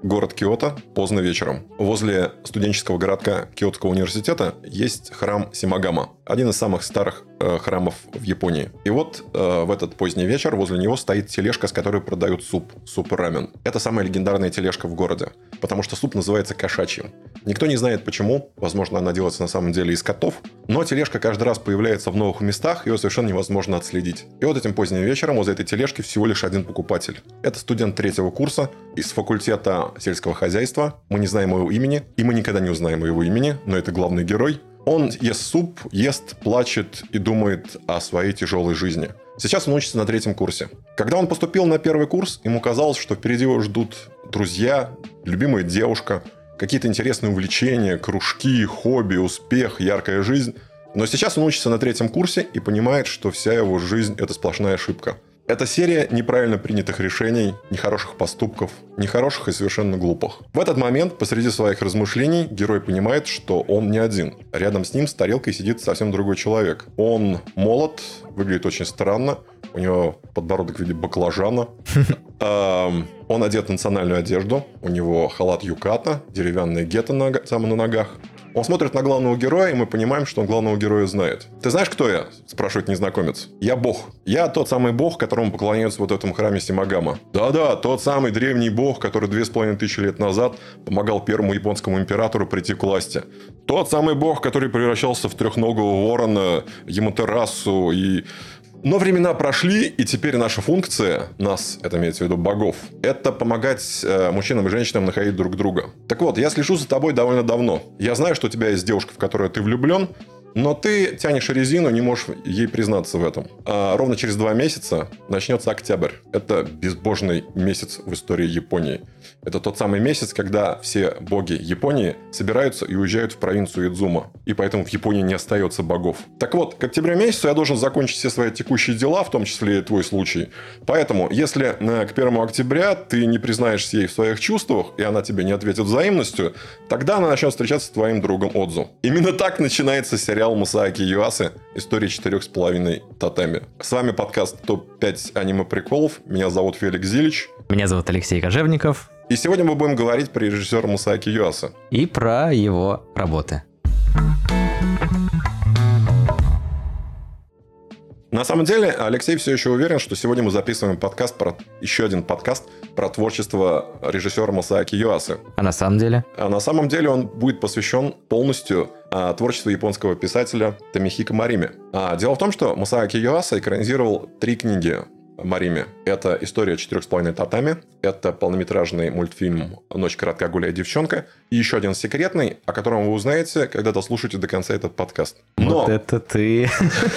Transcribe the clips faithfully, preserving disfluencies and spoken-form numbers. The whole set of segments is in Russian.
Город Киото, поздно вечером. Возле студенческого городка Киотского университета есть храм Симагама. Один из самых старых э, храмов в Японии. И вот э, в этот поздний вечер возле него стоит тележка, с которой продают суп. Суп-рамен. Это самая легендарная тележка в городе. Потому что суп называется кошачьим. Никто не знает почему. Возможно, она делается на самом деле из котов. Но тележка каждый раз появляется в новых местах. Ее совершенно невозможно отследить. И вот этим поздним вечером возле этой тележки всего лишь один покупатель. Это студент третьего курса из факультета сельского хозяйства. Мы не знаем его имени. И мы никогда не узнаем его имени. Но это главный герой. Он ест суп, ест, плачет и думает о своей тяжелой жизни. Сейчас он учится на третьем курсе. Когда он поступил на первый курс, ему казалось, что впереди его ждут друзья, любимая девушка, какие-то интересные увлечения, кружки, хобби, успех, яркая жизнь. Но сейчас он учится на третьем курсе и понимает, что вся его жизнь – это сплошная ошибка. Это серия неправильно принятых решений, нехороших поступков, нехороших и совершенно глупых. В этот момент, посреди своих размышлений, герой понимает, что он не один. Рядом с ним с тарелкой сидит совсем другой человек. Он молод, выглядит очень странно. У него подбородок в виде баклажана. Он одет в национальную одежду. У него халат юката, деревянные гетто на ногах. Он смотрит на главного героя, и мы понимаем, что он главного героя знает. «Ты знаешь, кто я?» – спрашивает незнакомец. «Я бог. Я тот самый бог, которому поклоняются вот в этом храме Симагама». «Да-да, тот самый древний бог, который две с половиной тысячи лет назад помогал первому японскому императору прийти к власти. Тот самый бог, который превращался в трехногого ворона, Яматерасу и...» Но времена прошли, и теперь наша функция, нас, это имеется в виду богов, это помогать э, мужчинам и женщинам находить друг друга. Так вот, я слежу за тобой довольно давно. Я знаю, что у тебя есть девушка, в которую ты влюблен, но ты тянешь резину, не можешь ей признаться в этом. А ровно через два месяца начнется октябрь. Это безбожный месяц в истории Японии. Это тот самый месяц, когда все боги Японии собираются и уезжают в провинцию Идзума. И поэтому в Японии не остается богов. Так вот, к октябрю месяцу я должен закончить все свои текущие дела, в том числе и твой случай. Поэтому, если к первому октября ты не признаешься ей в своих чувствах, и она тебе не ответит взаимностью, тогда она начнет встречаться с твоим другом Одзу. Именно так начинается сериал Масааки Юасы «История четырех с половиной татами». С вами подкаст топ пять аниме-приколов. Меня зовут Феликс Зилич. Меня зовут Алексей Кожевников. И сегодня мы будем говорить про режиссера Масааки Юасы. И про его работы. На самом деле, Алексей все еще уверен, что сегодня мы записываем подкаст про... еще один подкаст про творчество режиссера Масааки Юасы. А на самом деле? А на самом деле он будет посвящен полностью а, творчеству японского писателя Томихико Мориме. А, дело в том, что Масааки Юаса экранизировал три книги Мориме. Это «История четырех с половиной татами», это полнометражный мультфильм «Ночь коротка, гуляет девчонка», и еще один секретный, о котором вы узнаете, когда дослушаете до конца этот подкаст. Но... Вот это ты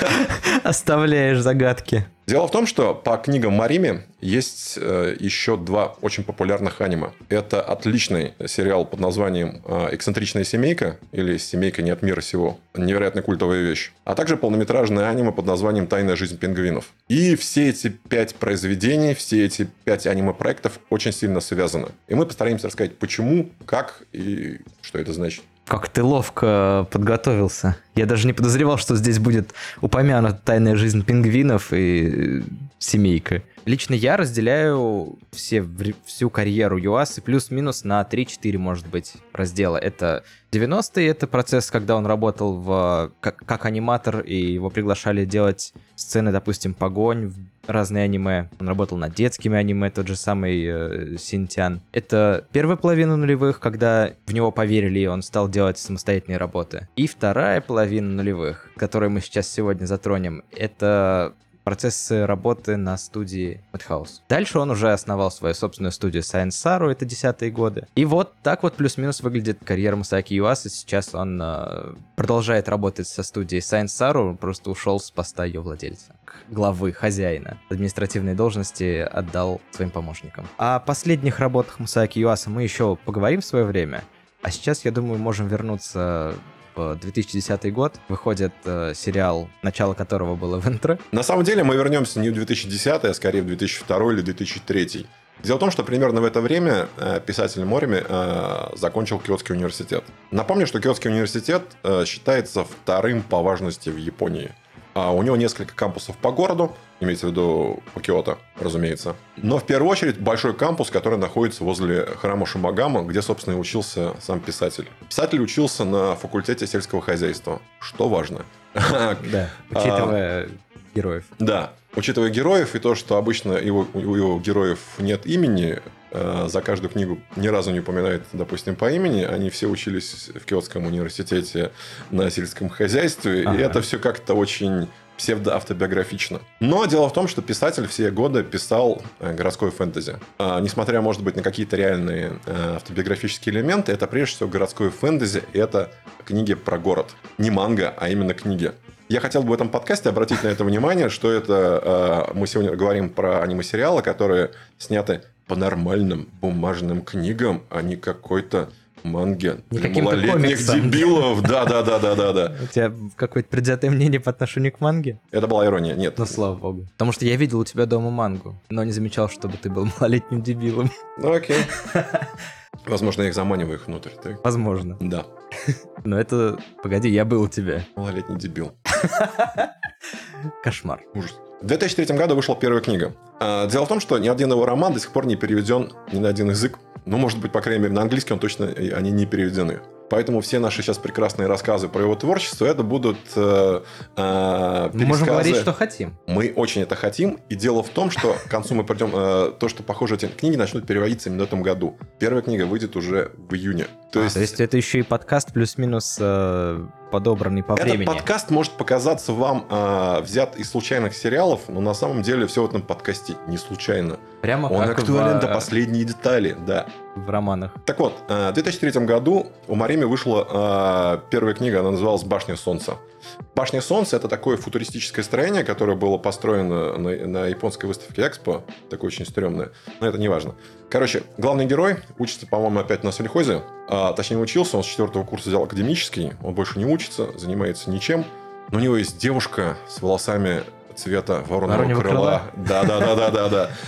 оставляешь загадки. Дело в том, что по книгам Мориме есть э, еще два очень популярных аниме. Это отличный сериал под названием э, «Эксцентричная семейка» или «Семейка не от мира сего». Невероятно культовая вещь. А также полнометражное аниме под названием «Тайная жизнь пингвинов». И все эти пять произведений, все эти пять аниме-проектов очень сильно связаны. И мы постараемся рассказать, почему, как и что это значит. Как ты ловко подготовился. Я даже не подозревал, что здесь будет упомянута тайная жизнь пингвинов и семейка. Лично я разделяю все, всю карьеру Юасы плюс-минус на три-четыре, может быть, раздела. Это девяностые, это процесс, когда он работал в, как, как аниматор, и его приглашали делать сцены, допустим, погонь в разные аниме. Он работал над детскими аниме, тот же самый э, Синтян. Это первая половина нулевых, когда в него поверили, и он стал делать самостоятельные работы. И вторая половина нулевых, которую мы сейчас сегодня затронем, это процессы работы на студии Madhouse. Дальше он уже основал свою собственную студию Science Saru, это десятые годы. И вот так вот плюс-минус выглядит карьера Масааки Юасы. Сейчас он э, продолжает работать со студией Science Saru, просто ушел с поста ее владельца, главы, хозяина. Административные должности отдал своим помощникам. О последних работах Масааки Юасы мы еще поговорим в свое время. А сейчас, я думаю, можем вернуться в две тысячи десятый год. Выходит э, сериал, начало которого было в интро. На самом деле мы вернемся не в две тысячи десятый, а скорее в две тысячи второй или две тысячи третий. Дело в том, что примерно в это время э, писатель Мориме э, закончил Киотский университет. Напомню, что Киотский университет э, считается вторым по важности в Японии. А у него несколько кампусов по городу, имеется в виду по Киото, разумеется. Но в первую очередь большой кампус, который находится возле храма Шимагама, где, собственно, и учился сам писатель. Писатель учился на факультете сельского хозяйства, что важно. Да, учитывая героев. Да, учитывая героев и то, что обычно его, у его героев нет имени, за каждую книгу ни разу не упоминает, допустим, по имени. Они все учились в Киотском университете на сельском хозяйстве. Ага. И это все как-то очень псевдоавтобиографично. Но дело в том, что писатель все годы писал городское фэнтези. А, несмотря, может быть, на какие-то реальные а, автобиографические элементы, это прежде всего городское фэнтези. Это книги про город. Не манга, а именно книги. Я хотел бы в этом подкасте обратить на это внимание, что это... Мы сегодня говорим про аниме-сериалы, которые сняты по нормальным бумажным книгам, а не какой-то манге для малолетних дебилов. Да-да-да-да-да. У тебя какое-то предвзятое мнение по отношению к манге? Это была ирония, нет. Ну, слава богу. Потому что я видел у тебя дома мангу, но не замечал, чтобы ты был малолетним дебилом. Ну, окей. Возможно, я их заманиваю их внутрь. Так? Возможно. Да. Но это... Погоди, я был у тебя. Малолетний дебил. Кошмар. Ужас. В две тысячи третьем году вышла первая книга. Дело в том, что ни один его роман до сих пор не переведен ни на один язык. Ну, может быть, по крайней мере, на английский он точно они не переведены. Поэтому все наши сейчас прекрасные рассказы про его творчество, это будут э, э, Мы можем говорить, что хотим. Мы очень это хотим. И дело в том, что к концу мы придем... Э, то, что, похоже, эти книги начнут переводиться именно в этом году. Первая книга выйдет уже в июне. То, а, есть... то есть это еще и подкаст плюс-минус э, подобранный по Этот времени. Этот подкаст может показаться вам э, взят из случайных сериалов, но на самом деле все в этом подкасте не случайно. Прямо Он как актуален в... до последней детали, да. В романах. Так вот, в две тысячи третьем году у Марими вышла э, первая книга, она называлась «Башня солнца». «Башня солнца» — это такое футуристическое строение, которое было построено на, на японской выставке Экспо, такое очень стрёмное, но это не важно. Короче, главный герой учится, по-моему, опять на сельхозе, а, точнее учился, он с четвертого курса взял академический, он больше не учится, занимается ничем, но у него есть девушка с волосами цвета вороного крыла. крыла. Да, да, да, да, да, да.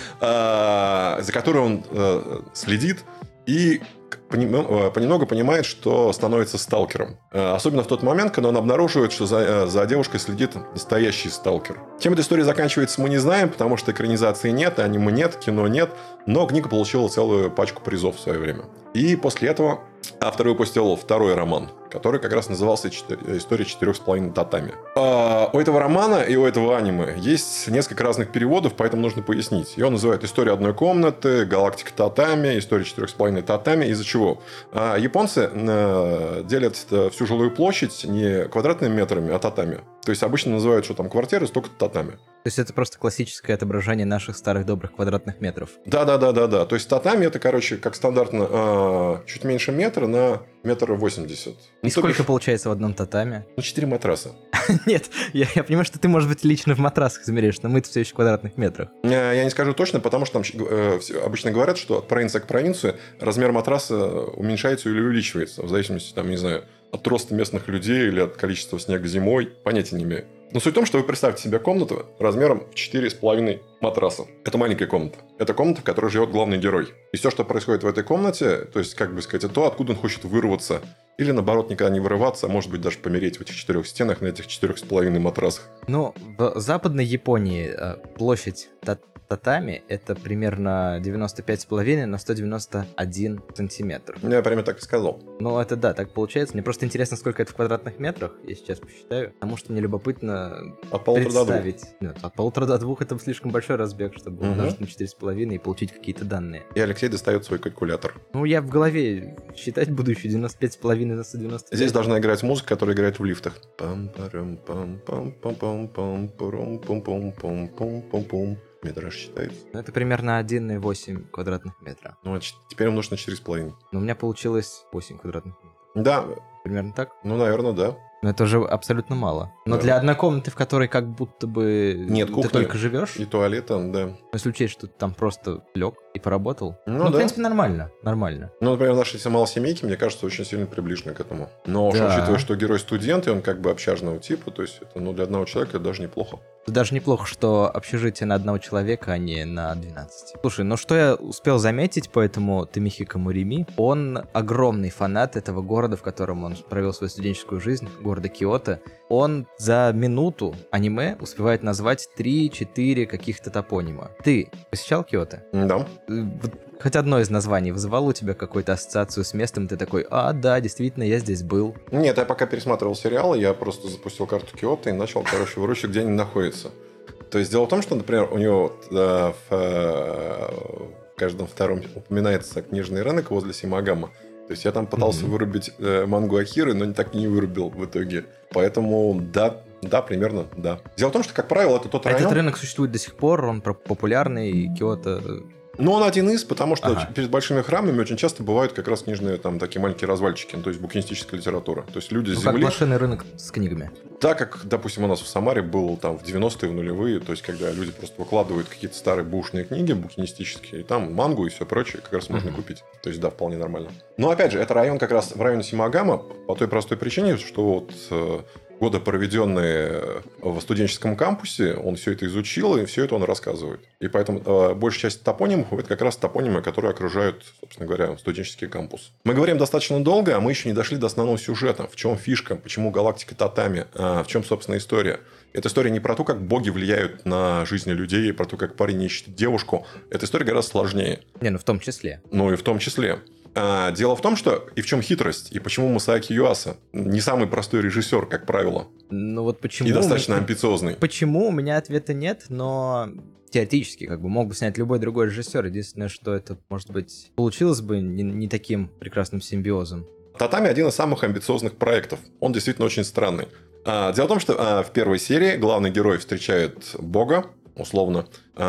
А, за которой он а, следит и понемногу понимает, что становится сталкером. Особенно в тот момент, когда он обнаруживает, что за, за девушкой следит настоящий сталкер. Чем эта история заканчивается, мы не знаем, потому что экранизации нет, аниме нет, кино нет. Но книга получила целую пачку призов в свое время. И после этого автор выпустил второй роман, который как раз назывался «История четырех с половиной татами». А у этого романа и у этого аниме есть несколько разных переводов, поэтому нужно пояснить. Его называют «История одной комнаты», «Галактика татами», «История четырех с половиной татами». Из-за чего? А японцы делят всю жилую площадь не квадратными метрами, а татами. То есть обычно называют, что там квартиры столько татами. То есть это просто классическое отображение наших старых добрых квадратных метров. Да-да-да-да-да. То есть татами это, короче, как стандартно, э, чуть меньше метра на метр восемьдесят. И ну, сколько бишь, получается в одном татами? Ну, четыре матраса. Нет, я, я понимаю, что ты, может быть, лично в матрасах измеряешь, но мы-то все еще в квадратных метрах. Я не скажу точно, потому что там э, обычно говорят, что от провинции к провинции размер матраса уменьшается или увеличивается, в зависимости, там, не знаю, от роста местных людей или от количества снега зимой. Понятия не имею. Но суть в том, что вы представьте себе комнату размером в четыре с половиной матраса. Это маленькая комната. Это комната, в которой живет главный герой. И все, что происходит в этой комнате, то есть, как бы сказать, это то, откуда он хочет вырваться. Или, наоборот, никогда не вырываться, а может быть, даже помереть в этих четырех стенах на этих четырех с половиной матрасах. Ну, в Западной Японии площадь татами это примерно девяносто пять с половиной на сто девяносто один сантиметр. Я прямо так и сказал. Ну, это да, так получается. Мне просто интересно, сколько это в квадратных метрах. Я сейчас посчитаю. Потому что мне любопытно от представить. Нет, от полутора до двух это слишком большой разбег, чтобы угу. умножить на четыре с половиной и получить какие-то данные. И Алексей достает свой калькулятор. Ну, я в голове считать буду еще девяносто пять с половиной на сто девяносто пять. Здесь должна играть музыка, которая играет в лифтах. Пам-парам-пам-пам-пам-пам-пам-пам-пам-пам-пам-пам. Метраж считается. Ну, это примерно один и восемь квадратных метра. Ну, а теперь умножить на четыре с половиной. Но у меня получилось восемь квадратных метров. Да. Примерно так? Ну, наверное, да. Но это уже абсолютно мало. Но да. Для одной комнаты, в которой как будто бы нет ты кухни, только живешь. И туалета, да. Если учесть, что ты там просто лег, и поработал. Ну, Ну, да. в принципе, нормально, нормально. Ну, например, наши семейки, мне кажется, очень сильно приближены к этому. Но уж Да. учитывая, что герой студент, и он как бы общажного типа, то есть это, ну, для одного человека это даже неплохо. Даже неплохо, что общежитие на одного человека, а не на двенадцать. Слушай, ну что я успел заметить по этому Томихико Мурими? Он огромный фанат этого города, в котором он провел свою студенческую жизнь, города Киото. Он за минуту аниме успевает назвать три-четыре каких-то топонима. Ты посещал Киото? Да. Вот хоть одно из названий вызывало у тебя какую-то ассоциацию с местом, и ты такой, а, да, действительно, я здесь был. Нет, я пока пересматривал сериалы, я просто запустил карту Киото и начал, короче, выручить, где они находятся. То есть дело в том, что, например, у него да, в, в каждом втором упоминается книжный рынок возле Симагама. То есть я там пытался mm-hmm. вырубить э, мангу Акиры, но так и не вырубил в итоге. Поэтому да, да, примерно, да. Дело в том, что, как правило, это тот а район... Этот рынок существует до сих пор, он популярный, и Киото... Ну, он один из, потому что ага. перед большими храмами очень часто бывают как раз книжные там такие маленькие развальчики, ну, то есть букинистическая литература. То есть люди ну, с как земли... блошиный рынок с книгами. Так как, допустим, у нас в Самаре был там в девяностые, в нулевые, то есть когда люди просто выкладывают какие-то старые бушные книги букинистические, и там мангу и все прочее как раз можно uh-huh. купить. То есть, да, вполне нормально. Но, опять же, это район как раз в районе Симагама по той простой причине, что вот... Э, годы, проведенные в студенческом кампусе, он все это изучил, и все это он рассказывает. И поэтому э, большая часть топонимов – это как раз топонимы, которые окружают, собственно говоря, студенческий кампус. Мы говорим достаточно долго, а мы еще не дошли до основного сюжета. В чем фишка, почему галактика Татами, э, в чем, собственно, история. Эта история не про то, как боги влияют на жизни людей, про то, как парень ищет девушку. Эта история гораздо сложнее. Не, ну в том числе. Ну и в том числе. А, дело в том, что и в чем хитрость, и почему Масааки Юаса не самый простой режиссер, как правило. Ну вот почему... И достаточно мы... амбициозный. Почему? У меня ответа нет, но теоретически как бы мог бы снять любой другой режиссер. Единственное, что это, может быть, получилось бы не, не таким прекрасным симбиозом. Татами один из самых амбициозных проектов. Он действительно очень странный. А, дело в том, что а, в первой серии главный герой встречает бога, условно,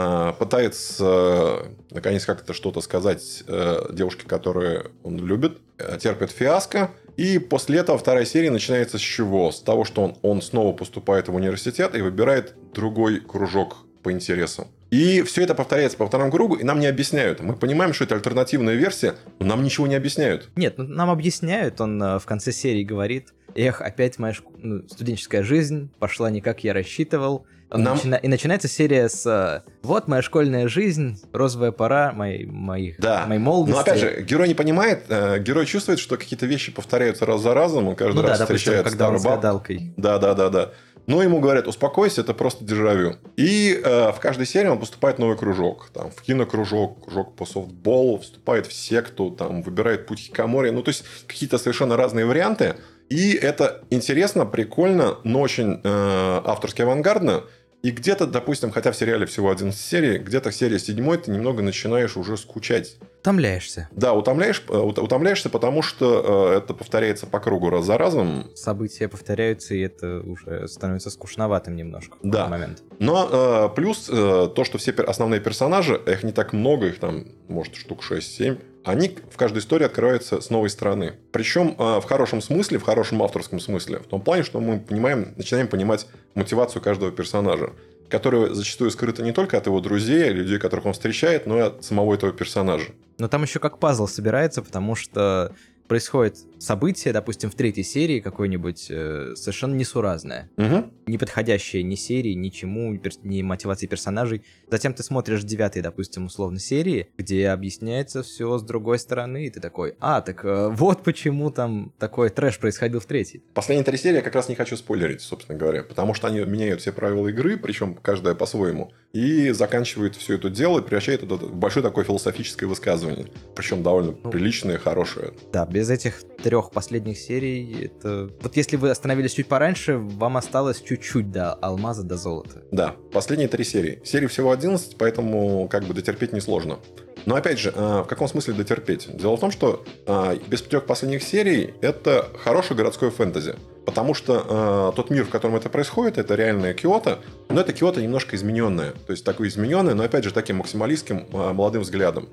пытается наконец как-то что-то сказать девушке, которую он любит, терпит фиаско, и после этого вторая серия начинается с чего? С того, что он, он снова поступает в университет и выбирает другой кружок по интересам. И все это повторяется по второму кругу, и нам не объясняют. Мы понимаем, что это альтернативная версия, но нам ничего не объясняют. Нет, ну, нам объясняют, он в конце серии говорит, эх, опять моя шк... ну, студенческая жизнь пошла не как я рассчитывал. Нам... Начина... И начинается серия с «Вот моя школьная жизнь, розовая пора моей, моих, да. моей молодости». Но опять же, герой не понимает, э, герой чувствует, что какие-то вещи повторяются раз за разом, он каждый ну, раз да, встречает допустим, когда он старую с бабку. гадалкой. Да, да, да, да. Но ему говорят, успокойся, это просто дежавю. И э, в каждой серии он поступает в новый кружок. Там, в кинокружок, кружок по софтболу, вступает в секту, там, выбирает путь хикамори. Ну, то есть, какие-то совершенно разные варианты. И это интересно, прикольно, но очень э, авторски авангардно. И где-то, допустим, хотя в сериале всего одиннадцать серий, где-то в серии седьмой ты немного начинаешь уже скучать. Утомляешься. Да, утомляешь, утомляешься, потому что э, это повторяется по кругу раз за разом. События повторяются, и это уже становится скучноватым немножко в да. этот момент. Но э, плюс э, то, что все основные персонажи, их не так много, их там, может, штук шесть-семь, они в каждой истории открываются с новой стороны. Причем э, в хорошем смысле, в хорошем авторском смысле. В том плане, что мы понимаем, начинаем понимать мотивацию каждого персонажа, которая зачастую скрыта не только от его друзей, людей, которых он встречает, но и от самого этого персонажа. Но там еще как пазл собирается, потому что происходит событие, допустим, в третьей серии какое-нибудь э, совершенно несуразное. Угу. Не подходящее ни серии, ничему, ни мотивации персонажей. Затем ты смотришь девятой, допустим, условно серии, где объясняется все с другой стороны, и ты такой, а, так э, вот почему там такой трэш происходил в третьей. Последние три серии я как раз не хочу спойлерить, собственно говоря, потому что они меняют все правила игры, причем каждая по-своему, и заканчивают все это дело и превращают это в большое такое философическое высказывание. Причем довольно ну, приличное, хорошее. Да, без этих трех последних серий, это... Вот если вы остановились чуть пораньше, вам осталось чуть-чуть до алмаза, до золота. Да, последние три серии. Серий всего одиннадцать, поэтому как бы дотерпеть несложно. Но опять же, в каком смысле дотерпеть? Дело в том, что без трех последних серий это хорошее городское фэнтези. Потому что э, тот мир, в котором это происходит, это реальное Киото, но это Киото немножко измененное. То есть, такое измененное, но опять же, таким максималистским э, молодым взглядом. То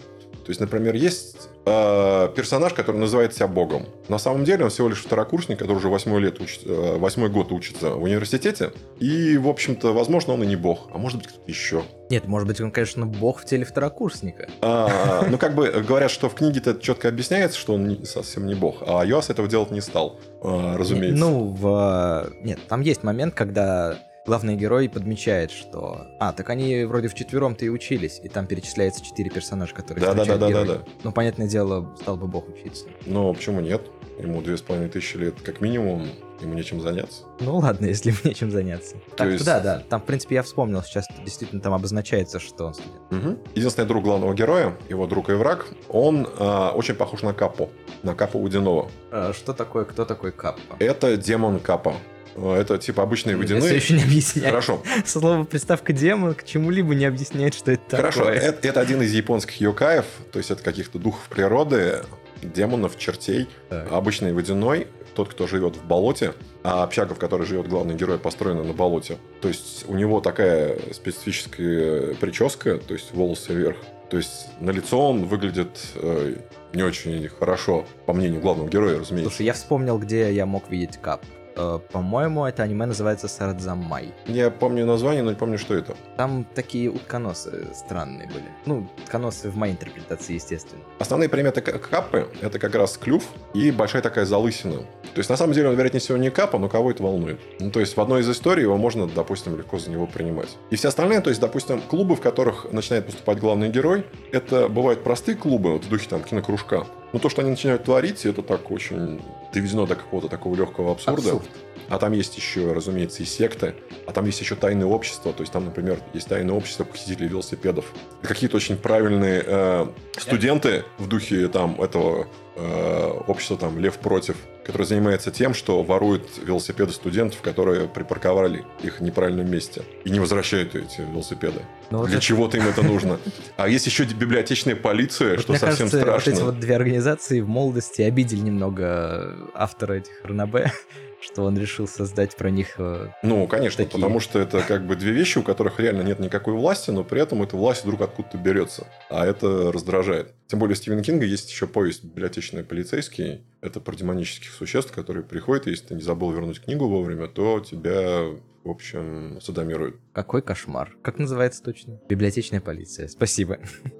То есть, например, есть э, персонаж, который называет себя богом. На самом деле он всего лишь второкурсник, который уже восьмой, лет учит, э, восьмой год учится в университете. И, в общем-то, возможно, он и не бог, а может быть, кто-то еще. Нет, может быть, он, конечно, бог в теле второкурсника. А, ну, как бы говорят, что в книге-то это четко объясняется, что он не, совсем не бог. А Юас этого делать не стал, э, разумеется. Ну, в... Нет, там есть момент, когда главный герой подмечает, что... А, так они вроде вчетвером-то и учились, и там перечисляется четыре персонажа, которые Да, да, да, встречает да, герой. да, да. Ну, понятное дело, стал бы бог учиться. Но почему нет? Ему две с половиной тысячи лет как минимум, ему нечем заняться. Ну ладно, если мне нечем заняться. То Так, есть- да, да, там, в принципе, я вспомнил, сейчас действительно там обозначается, что он студент. Угу. Единственный друг главного героя, его друг и враг, он э, очень похож на Капу, на Капу Водяного. А, что такое, кто такой Каппа? Это демон Капа. Э, Это типа обычные Я все водяные. еще не объясняю. Хорошо, Слово приставка демон к чему-либо не объясняет, что это хорошо. такое. Это, это один из японских йокаев, то есть это каких-то духов природы, демонов, чертей. Так. Обычный водяной, тот, кто живет в болоте, а общага, в которой живет главный герой, построена на болоте. То есть у него такая специфическая прическа, то есть волосы вверх. То есть на лицо он выглядит э, не очень хорошо, по мнению главного героя, разумеется. Слушай, я вспомнил, где я мог видеть Кап. Э, По-моему, это аниме называется Сарадзамай. Я помню название, но не помню, что это. Там такие утконосы странные были. Ну, утконосы в моей интерпретации, естественно. Основные приметы к- каппы – это как раз клюв и большая такая залысина. То есть, на самом деле, он, вероятнее всего, не капа, но кого это волнует. Ну, то есть, в одной из историй его можно, допустим, легко за него принимать. И все остальные, то есть, допустим, клубы, в которых начинает поступать главный герой, это бывают простые клубы, вот в духе там кинокружка. Но то, что они начинают творить, это так очень доведено до какого-то такого легкого абсурда. Абсурд. А там есть еще, разумеется, и секты, а там есть еще тайные общества. То есть там, например, есть тайное общество похитителей велосипедов. И какие-то очень правильные э, студенты в духе там этого э, общества там Лев против, который занимается тем, что ворует велосипеды студентов, которые припарковали их в неправильном месте и не возвращают эти велосипеды. Ну, вот Для это- чего-то им это нужно. А есть еще библиотечная полиция, Вот что мне совсем кажется, страшно. вот эти вот две организации в молодости обидели немного автора этих ранобэ, что он решил создать про них... э, Ну, конечно, такие. потому что это как бы две вещи, у которых реально нет никакой власти, но при этом эта власть вдруг откуда-то берется. А это раздражает. Тем более, у Стивена Кинга есть еще повесть «Библиотечный полицейский». Это про демонических существ, которые приходят, и если ты не забыл вернуть книгу вовремя, то тебя, в общем, садомируют. Какой кошмар. Как называется точно? Библиотечная полиция. Спасибо.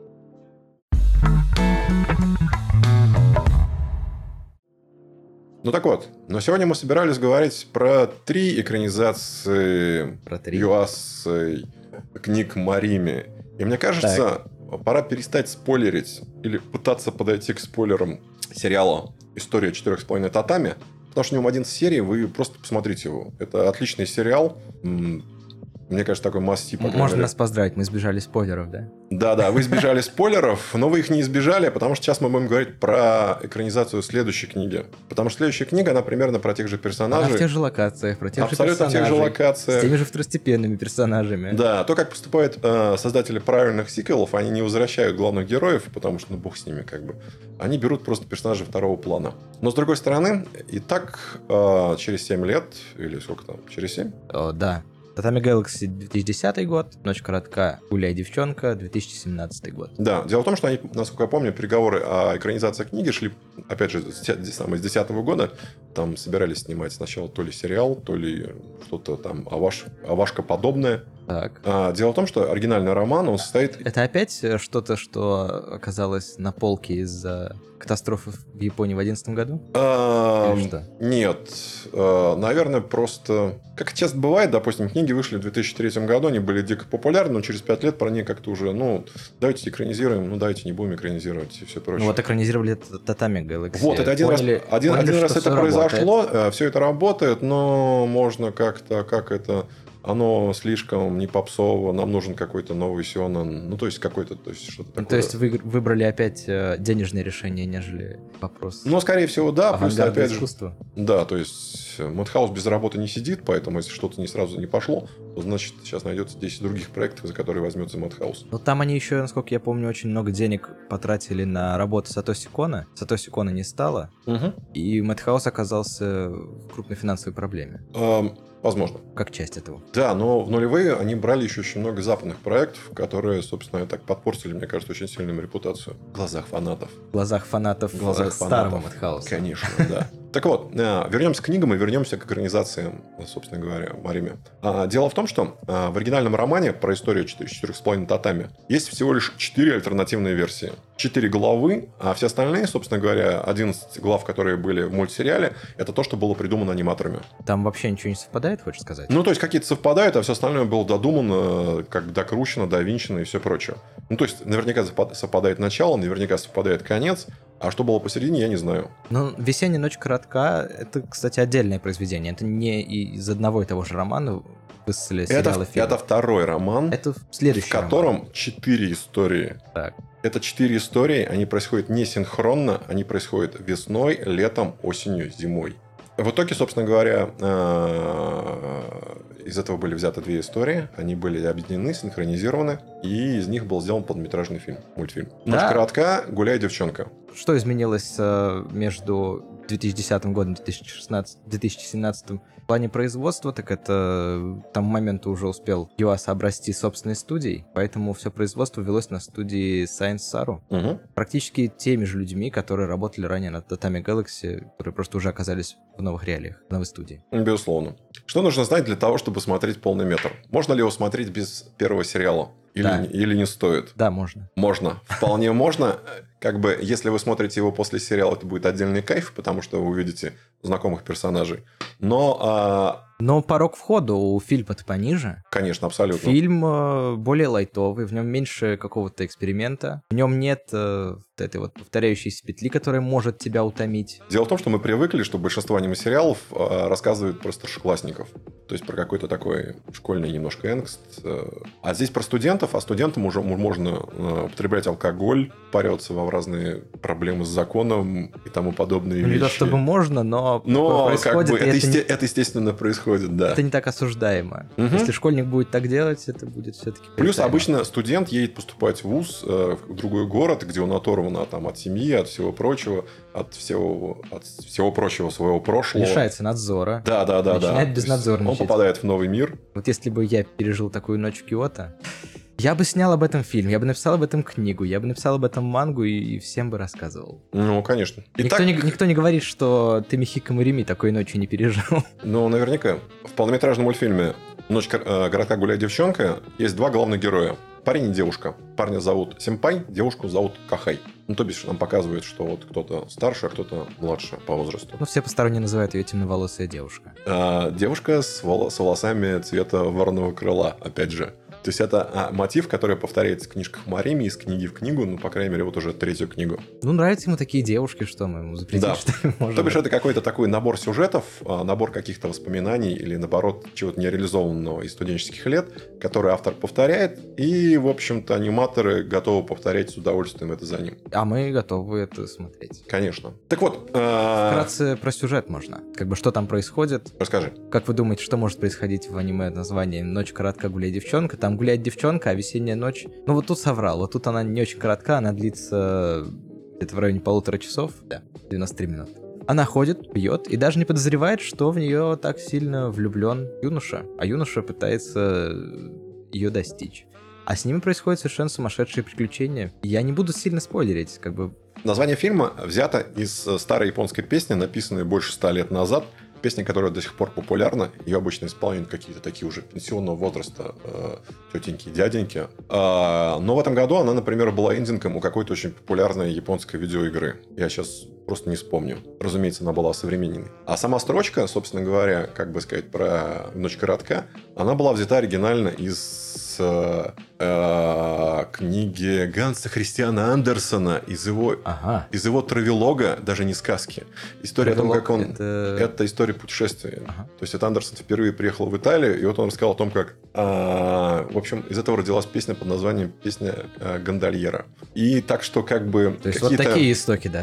Ну так вот, но сегодня мы собирались говорить про три экранизации Про три. Юасы книг Марими. И мне кажется, пора перестать спойлерить или пытаться подойти к спойлерам сериала «История четырех с половиной татами», потому что в нем одиннадцать серий, вы просто посмотрите его. Это отличный сериал. М, Мне кажется, такой масти. Можно нас поздравить, мы избежали спойлеров, да? Да-да, вы избежали спойлеров, но вы их не избежали, потому что сейчас мы будем говорить про экранизацию следующей книги. Потому что следующая книга, она примерно про тех же Она персонажей. в тех же локациях, про тех Абсолютно же в тех же персонажей. локациях. С теми же второстепенными персонажами. Да, то, как поступают э, создатели правильных сиквелов, они не возвращают главных героев, потому что, ну, бог с ними, как бы. Они берут просто персонажей второго плана. Но, с другой стороны, и так э, через семь лет, или сколько там, через семь? О, да. Татами Galaxy две тысячи десятый год, Ночь коротка, Гуляй, девчонка, две тысячи семнадцатый год. Да, дело в том, что они, насколько я помню, переговоры о экранизации книги шли, опять же, с те- самое, с десятого года. Там собирались снимать сначала то ли сериал, то ли что-то там оваш, овашка подобное. Так. А, дело в том, что оригинальный роман, он состоит... Это опять э, что-то, что оказалось на полке из-за катастрофы в Японии в одиннадцатом году? А, Или что? Нет. А, наверное, просто... Как часто бывает, допустим, книги вышли в две тысячи третьем году, они были дико популярны, но через пять лет про них как-то уже, ну, давайте экранизируем, ну, давайте не будем экранизировать и все прочее. Ну вот экранизировали т- Татами Galaxy. Вот, это один Поняли- раз, один, поняли, один что раз это всё работает. произошло, все это работает, но можно как-то, как это, оно слишком не попсово, нам нужен какой-то новый сёнэн, ну, то есть, какой-то, то есть, что-то такое. Ну, то есть вы выбрали опять э, денежные решения, нежели вопрос Ну, скорее всего, да, плюс, авангардного опять же, искусства. да, то есть, Мадхаус без работы не сидит, поэтому, если что-то не сразу не пошло, то, значит, сейчас найдется десять других проектов, за которые возьмется Мадхаус. Но там они еще, насколько я помню, очень много денег потратили на работу Сатоси Кона. Сатоси Кона не стало, и Мадхаус оказался в крупной финансовой проблеме. Эм, Возможно. Как часть этого. Да, но в нулевые они брали еще очень много западных проектов, которые, собственно, так подпортили, мне кажется, очень сильную репутацию в глазах фанатов. В глазах фанатов, В глазах э, старого фанатов. Мадхауса. Конечно, да. Так вот, вернемся к книгам и вернемся к экранизациям, собственно говоря, Мариме. Дело в том, что в оригинальном романе про историю четырех с половиной татами есть всего лишь четыре альтернативные версии. Четыре главы, а все остальные, собственно говоря, одиннадцать глав, которые были в мультсериале, это то, что было придумано аниматорами. Там вообще ничего не совпадает, хочешь сказать? Ну, то есть, какие-то совпадают, а все остальное было додумано, как докручено, довинчено и все прочее. Ну, то есть, наверняка совпадает начало, наверняка совпадает конец, а что было посередине, я не знаю. Ну, «Весенняя ночь коротка» — это, кстати, отдельное произведение. Это не из одного и того же романа высосали сериалы, фильмы. Это второй роман, это следующий в котором роман. четыре истории. Так. Это четыре истории, они происходят не синхронно, они происходят весной, летом, осенью, зимой. В итоге, собственно говоря, из этого были взяты две истории, они были объединены, синхронизированы, и из них был сделан полнометражный фильм, мультфильм. «Ночь Да. коротка, гуляй, девчонка». Что изменилось э, между две тысячи десятым годом и две тысячи шестнадцатым, две тысячи семнадцатым в плане производства, так это к тому моменту уже успел ЮАС обрасти собственной студией, поэтому все производство велось на студии Science Saru. Угу. Практически теми же людьми, которые работали ранее над Tatami Galaxy, которые просто уже оказались в новых реалиях, в новой студии. Безусловно. Что нужно знать для того, чтобы смотреть полный метр? Можно ли его смотреть без первого сериала? Или, Да. или не стоит? Да, можно. Можно. Вполне можно. Как бы, если вы смотрите его после сериала, это будет отдельный кайф, потому что вы увидите знакомых персонажей. Но, а, Но порог входа у фильма-то пониже. конечно, абсолютно. Фильм э, более лайтовый, в нем меньше какого-то эксперимента, в нем нет э, вот этой вот повторяющейся петли, которая может тебя утомить. Дело в том, что мы привыкли, что большинство аниме-сериалов а, рассказывают про старшеклассников. То есть, про какой-то такой школьный немножко энгст. А здесь про студентов, а студентам уже можно э, употреблять алкоголь, париться во в разные проблемы с законом и тому подобные Ну, не вещи. то чтобы можно, но, Но происходит, как бы, и это, это, есте- не, это естественно происходит, да. это не так осуждаемо. Мгм. Если школьник будет так делать, это будет все-таки Плюс обычно студент едет поступать в вуз, э, в другой город, где он оторван там, от семьи, от всего прочего, от всего, от всего прочего своего прошлого. лишается надзора. Да, да, да, да. Начинает То есть безнадзорничать. Он попадает в новый мир. Вот если бы я пережил такую ночь в Киото, я бы снял об этом фильм, я бы написал об этом книгу, я бы написал об этом мангу и, и всем бы рассказывал. Ну, конечно. Никто, Итак, не, никто не говорит, что Томихико Мурими такой ночью не пережил. ну, наверняка. В полнометражном мультфильме «Ночь кор- э, городка гуляет девчонка» есть два главных героя. Парень и девушка. Парня зовут Симпай, девушку зовут Кахай. Ну, то бишь, нам показывает, что вот кто-то старше, а кто-то младше по возрасту. Ну, все посторонние называют ее темноволосая девушка. А, девушка с, вол- с волосами цвета вороного крыла, опять же. То есть, это а, мотив, который повторяется в книжках Марими из книги в книгу, ну, по крайней мере, вот уже третью книгу. Ну, нравятся ему такие девушки, что мы ему запретим, Да. что ли, можем. То бишь, это какой-то такой набор сюжетов, а, набор каких-то воспоминаний или, наоборот, чего-то нереализованного из студенческих лет, который автор повторяет, и, в общем-то, аниматоры готовы повторять с удовольствием это за ним. А мы готовы это смотреть. Конечно. Так вот, а, Вкратце про сюжет можно. Как бы что там происходит. расскажи. Как вы думаете, что может происходить в аниме названии «Ночь коротка, гуляет девчонка»? Там гуляет девчонка, а весенняя ночь... Ну вот тут соврал. Вот тут она не очень коротка, она длится где-то в районе полутора часов. Да, девяносто три минуты. Она ходит, пьет и даже не подозревает, что в нее так сильно влюблен юноша. А юноша пытается ее достичь. А с ними происходят совершенно сумасшедшие приключения. Я не буду сильно спойлерить, как бы... Название фильма взято из старой японской песни, написанной больше ста лет назад. Песня, которая до сих пор популярна. Ее обычно исполняют какие-то такие уже пенсионного возраста э, тетеньки, дяденьки. А, но в этом году она, например, была эндингом у какой-то очень популярной японской видеоигры. Я сейчас просто не вспомню. Разумеется, она была современной. А сама строчка, собственно говоря, как бы сказать, про «Ночь коротка», она была взята оригинально из э, э, книги Ганса Христиана Андерсона, из его, Ага. из его травелога, даже не сказки. История о том, как он... Это... Это история путешествия. Ага. То есть, это Андерсон впервые приехал в Италию, и вот он рассказал о том, как... а, в общем, из этого родилась песня под названием «Песня а, гондольера». И так что, как бы... То есть вот какие-то- такие истоки даже.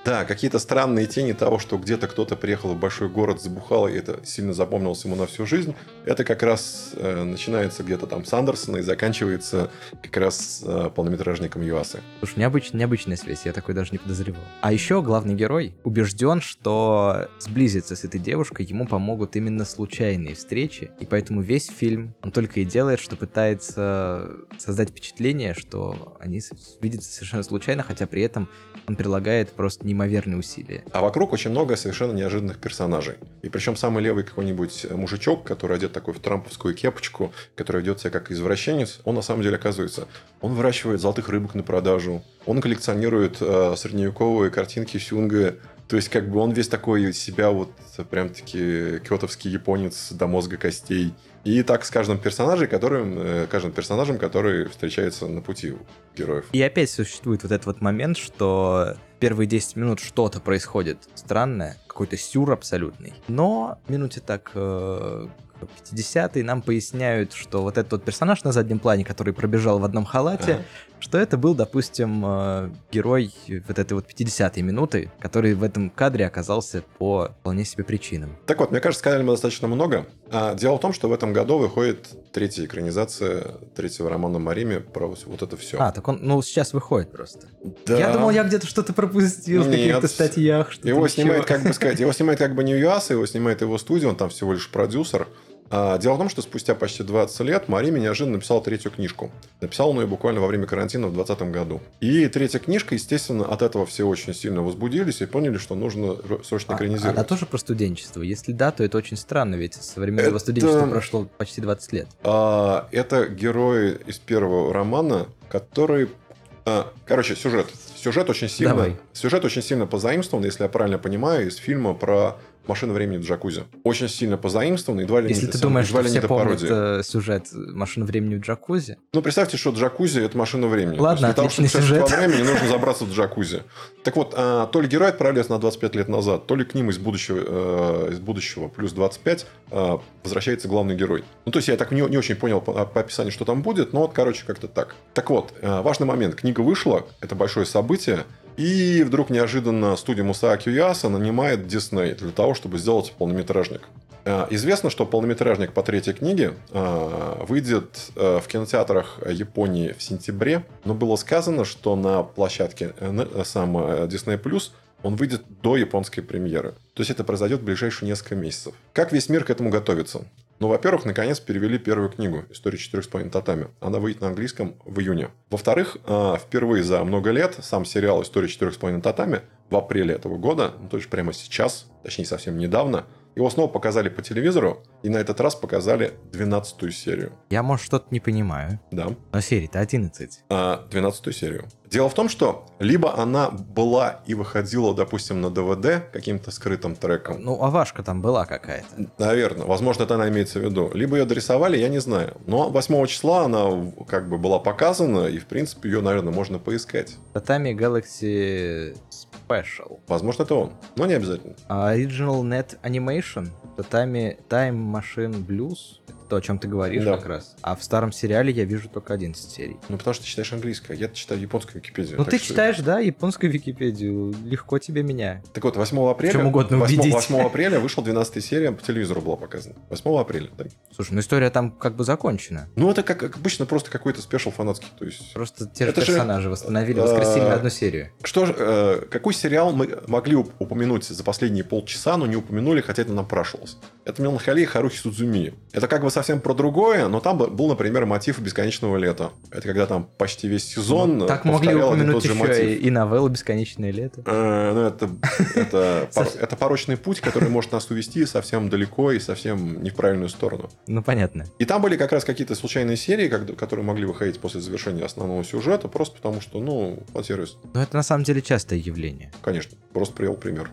Да, какие-то странные тени того, что где-то кто-то приехал в большой город, забухал, и это сильно запомнилось ему на всю жизнь. Это как раз э, начинается где-то там с Андерсона и заканчивается как раз э, полнометражником Юасы. Слушай, необычная, необычная связь, я такой даже не подозревал. А еще главный герой убежден, что сблизиться с этой девушкой ему помогут именно случайные встречи, и поэтому весь фильм он только и делает, что пытается создать впечатление, что они видятся совершенно случайно, хотя при этом он прилагает просто неимоверные усилия. А вокруг очень много совершенно неожиданных персонажей. И причем самый левый какой-нибудь мужичок, который одет такой в трамповскую кепочку, который ведет себя как извращенец, он на самом деле оказывается, он выращивает золотых рыбок на продажу, он коллекционирует э, средневековые картинки Сюнга. То есть, как бы он весь такой из себя вот прям-таки кётовский японец до мозга костей. И так с каждым персонажем, которым, каждым персонажем, который встречается на пути героев. И опять существует вот этот вот момент, что первые десять минут что-то происходит странное, какой-то сюр абсолютный. Но в минуте так э, пятидесятой нам поясняют, что вот этот вот персонаж на заднем плане, который пробежал в одном халате, ага. что это был, допустим, э, герой вот этой вот пятидесятой минуты, который в этом кадре оказался по вполне себе причинам. Так вот, мне кажется, сказали мы достаточно много. А дело в том, что в этом году выходит третья экранизация третьего романа Марими про вот это все. А, так он, ну, сейчас выходит просто. Да. Я думал, я где-то что-то пропустил в каких-то статьях. Что-то его еще. снимает, как бы сказать, его снимает как бы не Юаса, его снимает его студия, он там всего лишь продюсер. А, дело в том, что спустя почти двадцать лет Марими неожиданно написал третью книжку. Написал он ее буквально во время карантина в двадцатом году. И третья книжка, естественно, от этого все очень сильно возбудились и поняли, что нужно срочно экранизировать. А, она тоже про студенчество? Если да, то это очень странно, ведь со времен это... его студенчества прошло почти двадцать лет. А, это герой из первого романа, который... А, короче, сюжет. Сюжет очень сильно... Давай. Сюжет очень сильно позаимствован, если я правильно понимаю, из фильма про... «Машина времени в джакузи». Очень сильно позаимствован, едва ли Если не, ты думаешь, едва что ли не все до помнят пародии. сюжет «Машина времени в джакузи». Ну, представьте, что джакузи – это машина времени. Ладно, То есть, для того, чтобы сюжет. во времени нужно забраться в джакузи. Так вот, а, то ли герой отправляется на двадцать пять лет назад, то ли к ним из будущего, э, из будущего плюс двадцать пять э, возвращается главный герой. Ну, то есть, я так не, не очень понял по, по описанию, что там будет, но вот, короче, как-то так. Так вот, э, важный момент. Книга вышла, это большое событие. И вдруг неожиданно студия Мусааки Уяса нанимает Disney для того, чтобы сделать полнометражник. Известно, что полнометражник по третьей книге выйдет в кинотеатрах Японии в сентябре, но было сказано, что на площадке сам Disney Plus он выйдет до японской премьеры. То есть это произойдет в ближайшие несколько месяцев. Как весь мир к этому готовится? Ну, во-первых, наконец перевели первую книгу «История четырех с половиной татами». Она выйдет на английском в июне. Во-вторых, впервые за много лет сам сериал «История четырех с половиной татами» в апреле этого года, ну, то есть прямо сейчас, точнее совсем недавно, его снова показали по телевизору, и на этот раз показали двенадцатую серию. Я, может, что-то не понимаю. Да. Но серий-то одиннадцать. А, двенадцатую серию. Дело в том, что либо она была и выходила, допустим, на ДВД каким-то скрытым треком. Ну, авашка там была какая-то. Наверное. Возможно, это она имеется в виду. Либо ее дорисовали, я не знаю. Но восьмого числа она как бы была показана, и, в принципе, ее, наверное, можно поискать. Tatami Galaxy Special. Возможно, это он. Но не обязательно. А Original Net Animation, Tatami Time Machine Blues, это то, о чем ты говоришь, да. как раз. А в старом сериале я вижу только одиннадцать серий. Ну, потому что ты читаешь английское, я читаю японскую Википедию. Ну, ты что... читаешь, да, японскую Википедию, легко тебе меня. Так вот, восьмого апреля... В чем угодно убедить. восьмого апреля вышла двенадцатая серия, по телевизору была показана. восьмого апреля, да. Слушай, ну история там как бы закончена. Ну, это как, как обычно просто какой-то спешл фанатский, то есть... Просто те же это персонажи же... восстановили, воскресили на одну серию. Что же, э, какой сериал мы могли упомянуть за последние полчаса, но не упомянули, хотя это напрашивалось? Это «Меланхолия» Харухи Судзумии. Это как бы совсем про другое, но там был, например, мотив «Бесконечного лета». Это когда там почти весь сезон ну, так могли упомянуть еще мотив. и, и новеллу «Бесконечное лето». Э, ну, это, это, пор, это порочный путь, который может нас увести совсем далеко и совсем не в правильную сторону. Ну, понятно. И там были как раз какие-то случайные серии, которые могли выходить после завершения основного сюжета, просто потому что, ну, фан-сервис. Но это на самом деле частое явление. Конечно, просто привел пример.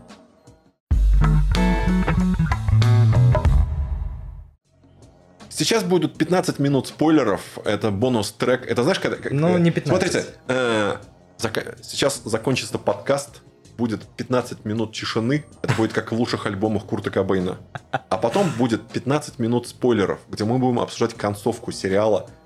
Сейчас будут пятнадцать минут спойлеров. Это бонус-трек. Это знаешь, когда... Ну, не пятнадцать. Смотрите, э, зак... сейчас закончится подкаст. Будет пятнадцать минут тишины. Это будет как в лучших альбомах Курта Кобейна. А потом будет пятнадцать минут спойлеров, где мы будем обсуждать концовку сериала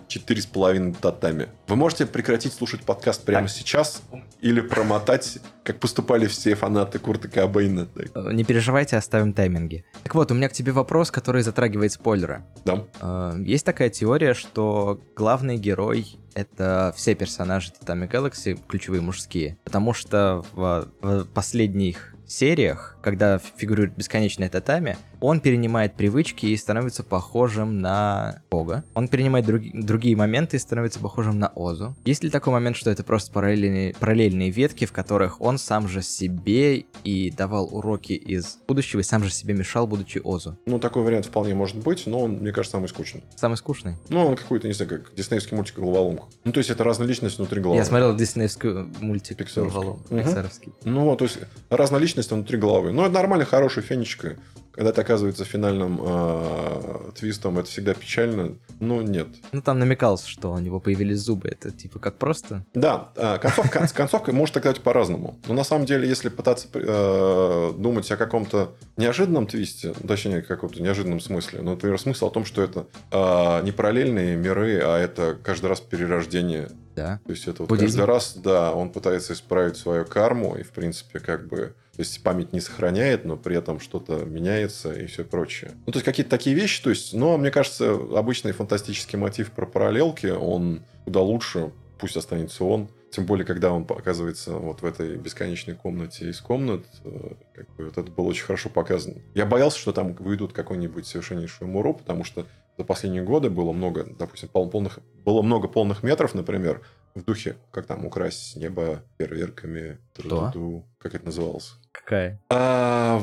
четыре с половиной татами. Вы можете прекратить слушать подкаст прямо так. сейчас или промотать, как поступали все фанаты Курта Кобейна. Так. Не переживайте, оставим тайминги. Так вот, у меня к тебе вопрос, который затрагивает спойлеры. Да. Есть такая теория, что главный герой — это все персонажи Татами Galaxy, ключевые мужские, потому что в, в последних сериях, когда фигурирует бесконечное татами, он перенимает привычки и становится похожим на Бога. Он перенимает друг, другие моменты и становится похожим на Озу. Есть ли такой момент, что это просто параллельные, параллельные ветки, в которых он сам же себе и давал уроки из будущего, и сам же себе мешал, будучи Озу? Ну, такой вариант вполне может быть, но он, мне кажется, самый скучный. Самый скучный? Ну, он какой-то, не знаю, как диснеевский мультик «Головоломка». Ну, то есть, это разноличность внутри головы. Я смотрел диснеевский мультик «Головоломка». Угу. Ну, то есть, разноличность внутри головы. Ну, это нормально, хорошая фенечка. Когда это оказывается финальным э, твистом, это всегда печально, но нет. Ну, там намекалось, что у него появились зубы. Это типа как просто? Да, э, концовка, концовка может оказаться по-разному. Но на самом деле, если пытаться э, думать о каком-то неожиданном твисте, точнее, каком-то неожиданном смысле, ну, например, смысл о том, что это э, не параллельные миры, а это каждый раз перерождение. Да. То есть это вот каждый раз, да, он пытается исправить свою карму, и, в принципе, как бы... То есть память не сохраняет, но при этом что-то меняется и все прочее. Ну, то есть какие-то такие вещи. То есть, но мне кажется, обычный фантастический мотив про параллелки, он куда лучше, пусть останется он. Тем более, когда он оказывается вот в этой бесконечной комнате из комнат, как бы вот это было очень хорошо показано. Я боялся, что там выйдут какой-нибудь совершеннейший муру, потому что за последние годы было много, допустим, полных, было много полных метров, например, в духе, как там, украсть небо фейерверками. Что? Как это называлось? Какая? А,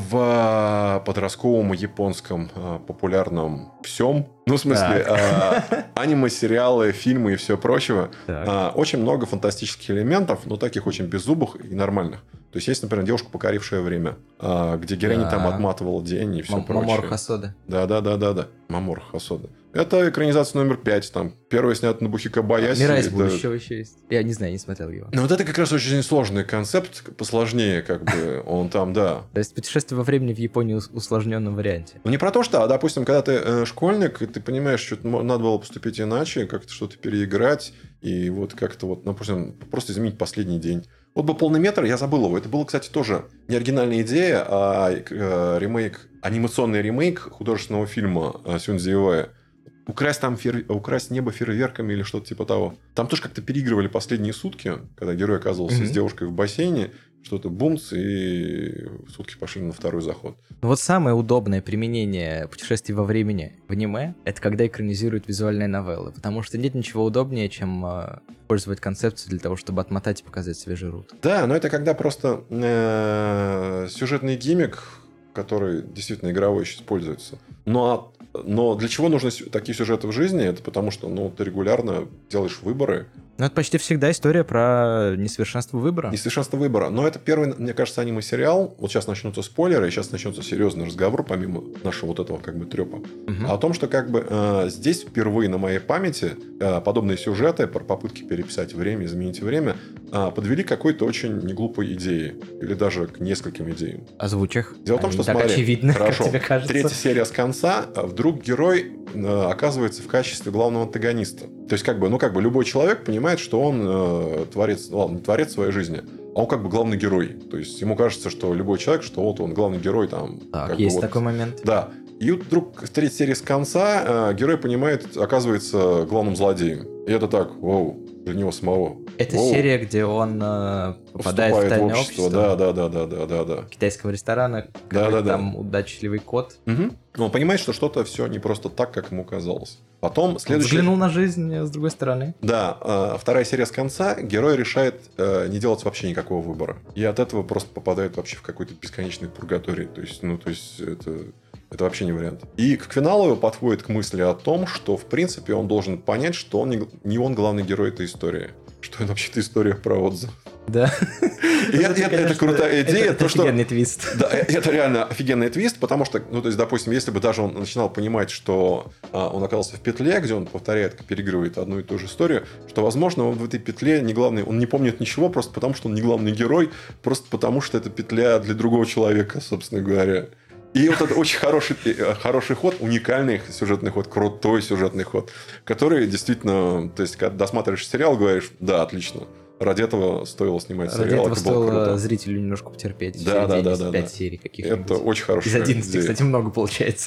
в подростковом японском а, популярном всем, ну, в смысле, а, аниме-сериалы, фильмы и все прочего, а, очень много фантастических элементов, но таких очень беззубых и нормальных. То есть, есть, например, девушка, покорившая время, а, где героиня да. там отматывала день и все М- прочее. Мамору Хосода. Да-да-да-да-да. Мамору Хосода. Это экранизация номер пять. Там первая снята на Бухика Баяси. Мира из будущего еще есть. Я не знаю, не смотрел его. Ну, вот это как раз очень сложный концепт, посложнее, как бы, он там, да. То есть путешествие во времени в Японии в усложненном варианте. Ну, не про то, что, а, допустим, когда ты э, школьник, и ты понимаешь, что надо было поступить иначе, как-то что-то переиграть, и вот как-то вот, допустим, просто изменить последний день. Вот был полный метр, я забыл его. Это была, кстати, тоже не оригинальная идея, а э, ремейк, анимационный ремейк художественного фильма Сюнзи Ивая. Украсть там фейер... украсть небо фейерверками или что-то типа того. Там тоже как-то переигрывали последние сутки, когда герой оказывался mm-hmm. с девушкой в бассейне, что-то бумц, и сутки пошли на второй заход. Ну вот самое удобное применение путешествий во времени в аниме — это когда экранизируют визуальные новеллы, потому что нет ничего удобнее, чем э, использовать концепцию для того, чтобы отмотать и показать свежий рут. Да, но это когда просто э, сюжетный гиммик, который действительно игровой сейчас используется. Но, но для чего нужны такие сюжеты в жизни? Это потому что ну, ты регулярно делаешь выборы. Ну, это почти всегда история про несовершенство выбора. Несовершенство выбора. Но это первый, мне кажется, аниме-сериал. Вот сейчас начнутся спойлеры, и сейчас начнется серьезный разговор, помимо нашего вот этого как бы трепа. Угу. О том, что как бы э, здесь впервые на моей памяти э, подобные сюжеты про попытки переписать время, изменить время, э, подвели к какой-то очень неглупой идее. Или даже к нескольким идеям. Озвучь их. Дело в том, что, так смотри, очевидно, хорошо, как тебе кажется. Третья серия с конца, вдруг герой э, оказывается в качестве главного антагониста. То есть, как бы, ну, как бы любой человек понимает, что он э, творец, ну, ладно, не творец своей жизни, а он как бы главный герой. То есть, ему кажется, что любой человек, что вот он главный герой там. Так, как есть бы, вот, такой момент. Да. И вдруг в третьей серии с конца э, герой понимает, оказывается главным злодеем. И это так, вау, для него самого. Это Воу. серия, где он э, попадает Вступает в тайное в общество. общество. Да, да, да, да, да, да, да. Китайского ресторана, да, да, там да. удачливый кот. Угу. Он понимает, что что-то все не просто так, как ему казалось. Потом следующий... Он взглянул на жизнь с другой стороны. Да, э, вторая серия с конца. Герой решает э, не делать вообще никакого выбора. И от этого просто попадает вообще в какой-то бесконечный пургаторий. То есть, ну, то есть это... Это вообще не вариант. И к финалу его подводит к мысли о том, что, в принципе, он должен понять, что он не, не он главный герой этой истории. Что это вообще-то история про Отзу. Да. И это, это, это крутая идея. Это, то, это офигенный что, твист. Да, это реально офигенный твист, потому что, ну, то есть, допустим, если бы даже он начинал понимать, что а, он оказался в петле, где он повторяет, переигрывает одну и ту же историю, что, возможно, он в этой петле не главный, он не помнит ничего, просто потому что он не главный герой, просто потому что это петля для другого человека, собственно говоря. И вот это очень хороший, хороший ход, уникальный сюжетный ход, крутой сюжетный ход, который действительно, то есть, когда досматриваешь сериал, говоришь, да, отлично. Ради этого стоило снимать Ради сериал. этого стоило зрителю немножко потерпеть. Да, да, да, да. пять серий каких-нибудь. Это очень хорошо. Из одиннадцати, кстати, много получается.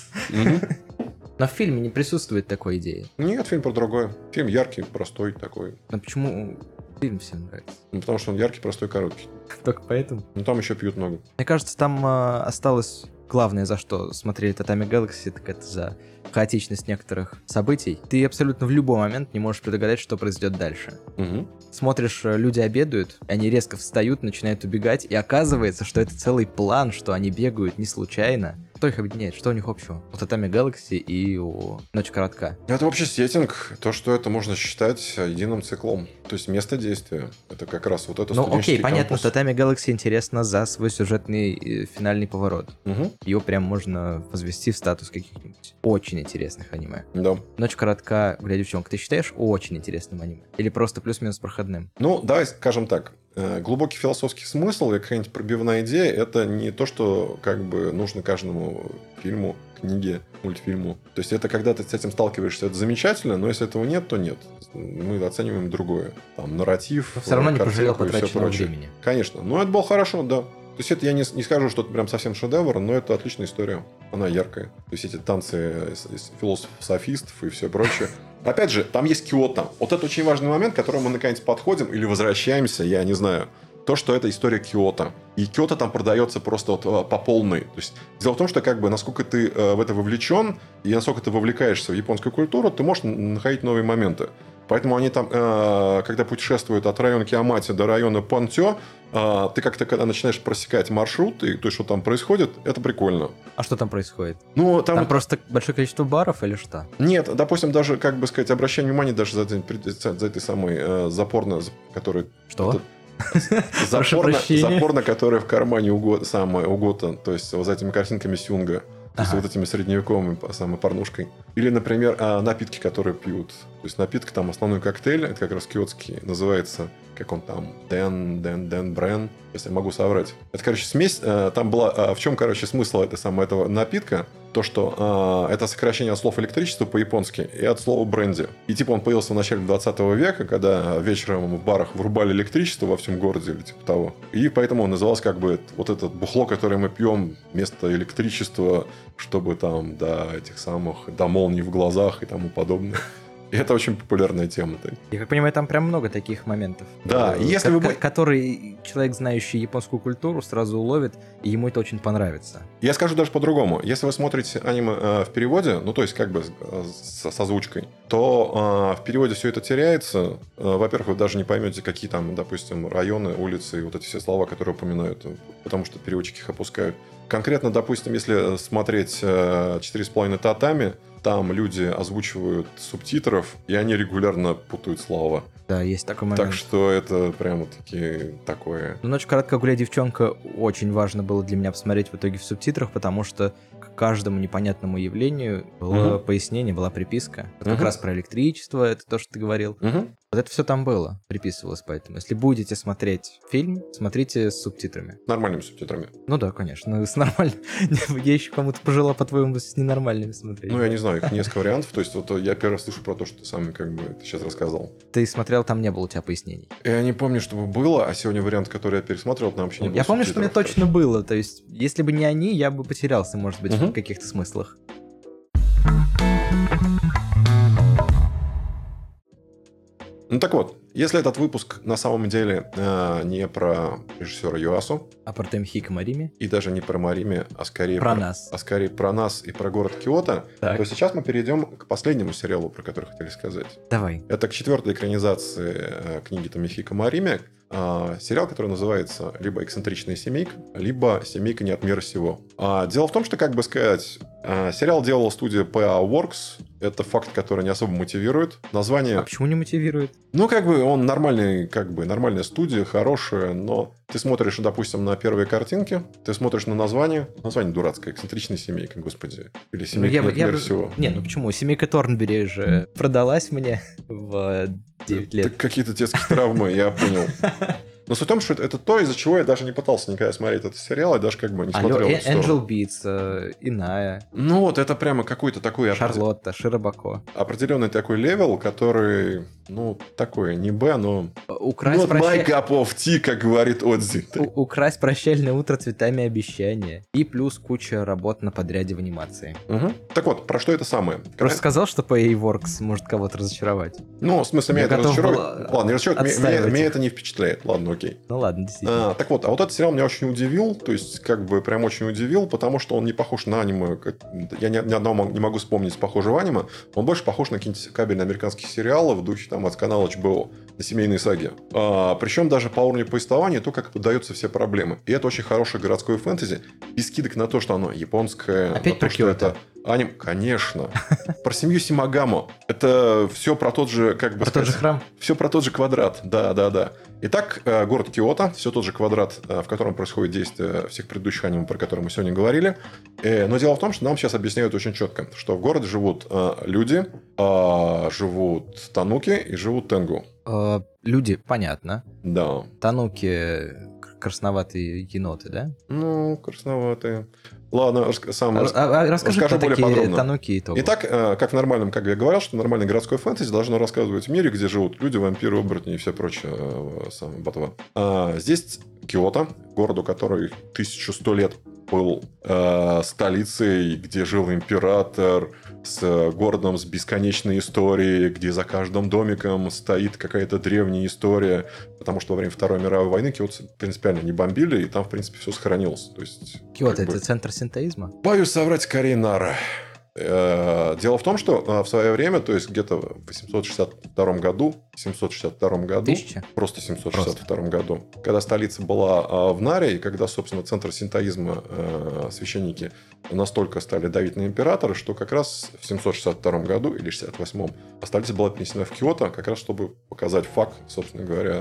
Но в фильме не присутствует такой идеи. Нет, фильм про другое. Фильм яркий, простой такой. А почему фильм всем нравится? Ну, потому что он яркий, простой, короткий. Только поэтому? Ну, там еще пьют много. Мне кажется, там э, осталось главное, за что смотрели Татами Galaxy, так это за хаотичность некоторых событий. Ты абсолютно в любой момент не можешь предугадать, что произойдет дальше. Угу. Смотришь, люди обедают, они резко встают, начинают убегать, и оказывается, что это целый план, что они бегают не случайно. Что их объединяет? Что у них общего? У Татами Galaxy и у Ночь коротка. Это вообще сеттинг, то, что это можно считать единым циклом. То есть место действия. Это как раз вот это Ну студенческий окей, понятно, кампус. Татами Galaxy интересно за свой сюжетный э, финальный поворот. Угу. Ее прям можно возвести в статус каких-нибудь очень интересных аниме. Да. Ночь коротка, гуляй девчонка, ты считаешь очень интересным аниме? Или просто плюс-минус проходным? Ну, давай скажем так. Глубокий философский смысл и какая-нибудь пробивная идея – это не то, что как бы нужно каждому фильму, книге, мультфильму. То есть это когда ты с этим сталкиваешься, это замечательно, но если этого нет, то нет. Мы оцениваем другое. Там нарратив, Но все равно не пожалел картинку и всё потраченного прочее. времени. Конечно. Но это было хорошо, да. То есть это я не, не скажу, что это прям совсем шедевр, но это отличная история. Она яркая. То есть эти танцы философов-софистов и все прочее. Опять же, там есть Киото. Вот это очень важный момент, к которому мы наконец подходим или возвращаемся, я не знаю. То, что это история Киото. И Киото там продается просто вот по полной. То есть дело в том, что как бы насколько ты в это вовлечен и насколько ты вовлекаешься в японскую культуру, ты можешь находить новые моменты. Поэтому они там, когда путешествуют от района Киомати до района Понтё, ты как-то, когда начинаешь просекать маршрут, и то, что там происходит, это прикольно. А что там происходит? Ну, там, Там это... просто большое количество баров или что? Нет, допустим, даже, как бы сказать, обращение внимания даже за, за, за этой самой э, запорно, который... Что? Запорно, запорно, которая в кармане у Гота, самая, у Гота, то есть вот за этими картинками Сюнга. То есть ага. вот этими средневековыми самой порнушкой. Или, например, напитки, которые пьют. То есть напиток, там основной коктейль, это как раз киотский, называется, как он там, Дэн, Дэн, Дэн, Брен, если я могу соврать. Это, короче, смесь, там была, в чем, короче, смысл это самого этого напитка? То, что э, это сокращение от слов электричество по-японски и от слова бренди. И типа он появился в начале двадцатого века, когда вечером в барах врубали электричество во всем городе или типа того. И поэтому он назывался как бы вот это бухло, которое мы пьем вместо электричества, чтобы там до этих самых, до молний в глазах и тому подобное. И это очень популярная тема. Так. Я как понимаю, там прям много таких моментов. Да, и если вы... Который человек, знающий японскую культуру, сразу уловит, и ему это очень понравится. Я скажу даже по-другому. Если вы смотрите аниме э, в переводе, ну, то есть как бы э, с, с озвучкой, то э, в переводе все это теряется. Э, во-первых, вы даже не поймете, какие там, допустим, районы, улицы и вот эти все слова, которые упоминают, потому что переводчики их опускают. Конкретно, допустим, если смотреть э, четыре с половиной татами, там люди озвучивают субтитров, и они регулярно путают слова. Да, есть такой момент. Так что это прямо-таки такое... Ну, «Ночь коротка, гуляй девчонка» очень важно было для меня посмотреть в итоге в субтитрах, потому что к каждому непонятному явлению было угу. пояснение, была приписка. Вот угу. как раз про электричество, это то, что ты говорил. Угу. Вот это все там было, приписывалось, поэтому если будете смотреть фильм, смотрите с субтитрами. Нормальными субтитрами. Ну да, конечно, с нормальными. Я еще кому-то пожелал, по-твоему, с ненормальными смотреть. Ну, я не знаю, их несколько вариантов. То есть, вот я первый раз слышу про то, что ты сам как бы ты сейчас рассказал. Ты смотрел, там не было у тебя пояснений? Я не помню, чтобы было, а сегодня вариант, который я пересмотрел, там вообще не было. Я помню, что мне точно было. То есть, если бы не они, я бы потерялся, может быть, угу. в каких-то смыслах. Ну так вот, если этот выпуск на самом деле э, не про режиссера Юасу, а про Тэмихико Марими, и даже не про Марими, а скорее про, про нас, а скорее про нас и про город Киото, так. то сейчас мы перейдем к последнему сериалу, про который хотели сказать. Давай. Это к четвертой экранизации э, книги Тэмихико Марими. Э, сериал, который называется либо «Эксцентричная семейка», либо «Семейка не от мира сего». А, дело в том, что, как бы сказать, э, сериал делала студия пи эй Works. Это факт, который не особо мотивирует. Название... А почему не мотивирует? Ну, как бы он нормальный, как бы нормальная студия, хорошая, но ты смотришь, допустим, на первые картинки, ты смотришь на название, название дурацкое, «Эксцентричная семейка», господи. Или «Семейка ну, я, я, всего». Не, ну почему? «Семейка Торнбери» же продалась мне в девять лет. Так какие-то детские травмы, я понял. Но суть в том, что это, это то, из-за чего я даже не пытался никогда смотреть этот сериал, я даже как бы не Алло, смотрел в Э- эту сторону. Angel Beats, э, Иная, Ну вот, это прямо какой-то такой... определен- Шарлотта, Широбако. определенный такой левел, который, ну, такой, не Б, но... Украсть, Not my проща- cup of tea, как говорит Отзи. У- Украсть прощальное утро цветами обещания. И плюс куча работ на подряде в анимации. Мгм. Так вот, про что это самое? Просто сказал, что пи эй Works может кого-то разочаровать. Ну, в смысле, меня Я это готов разочаровывает. был, Ладно, не разочаровывает, меня- меня, отстаивать меня их. это не впечатляет. Ладно, окей. Ну ладно, действительно. А, так вот, а вот этот сериал меня очень удивил, то есть, как бы, прям очень удивил, потому что он не похож на аниме. как- Я ни, ни одного мо- не могу вспомнить похожего аниме. Он больше похож на какие-нибудь кабельные американские сериалы в духе там от канала эйч би о, на семейные саги. А, причем даже по уровню повествования, то, как поддаются все проблемы. И это очень хорошее городское фэнтези, без скидок на то, что оно японское. Опять на про то, что Киото? это аним... Конечно. Про семью Симагаму. Это все про тот же, как бы Про тот же сказать, храм? все про тот же квадрат, да, да, да. Итак, э, город Киото, все тот же квадрат, э, в котором происходит действие всех предыдущих аниме, про которые мы сегодня говорили. Э, Но дело в том, что нам сейчас объясняют очень четко, что в городе живут э, люди, э, живут тануки и живут тенгу. Э, Люди, понятно. Да. Тануки к- красноватые еноты, да? Ну, красноватые. Ладно, рас- сам А- рас- а- а расскажи, расскажу кто более такие подробно. тануки и того. Итак, э, как в нормальном, как я говорил, что нормальный городской фэнтези должно рассказывать в мире, где живут люди, вампиры, оборотни и все прочее э, самое ботва. А здесь Киото, городу, который тысячу сто лет был э, столицей, где жил император, с городом с бесконечной историей, где за каждым домиком стоит какая-то древняя история, потому что во время Второй мировой войны Киото принципиально не бомбили, и там, в принципе, все сохранилось. То есть, Киото — как это бы- центр синтоизма? Боюсь соврать, скорее Нара. Э, Дело в том, что э, в свое время, то есть где-то в восемьсот шестьдесят втором году, семьсот шестьдесят втором году, Тысяча? просто семьсот шестьдесят втором году, когда столица была э, в Наре, и когда, собственно, центр синтоизма, э, священники настолько стали давить на императора, что как раз в семьсот шестьдесят втором году или шестьдесят восьмом столица была перенесена в Киото, как раз чтобы показать факт, собственно говоря,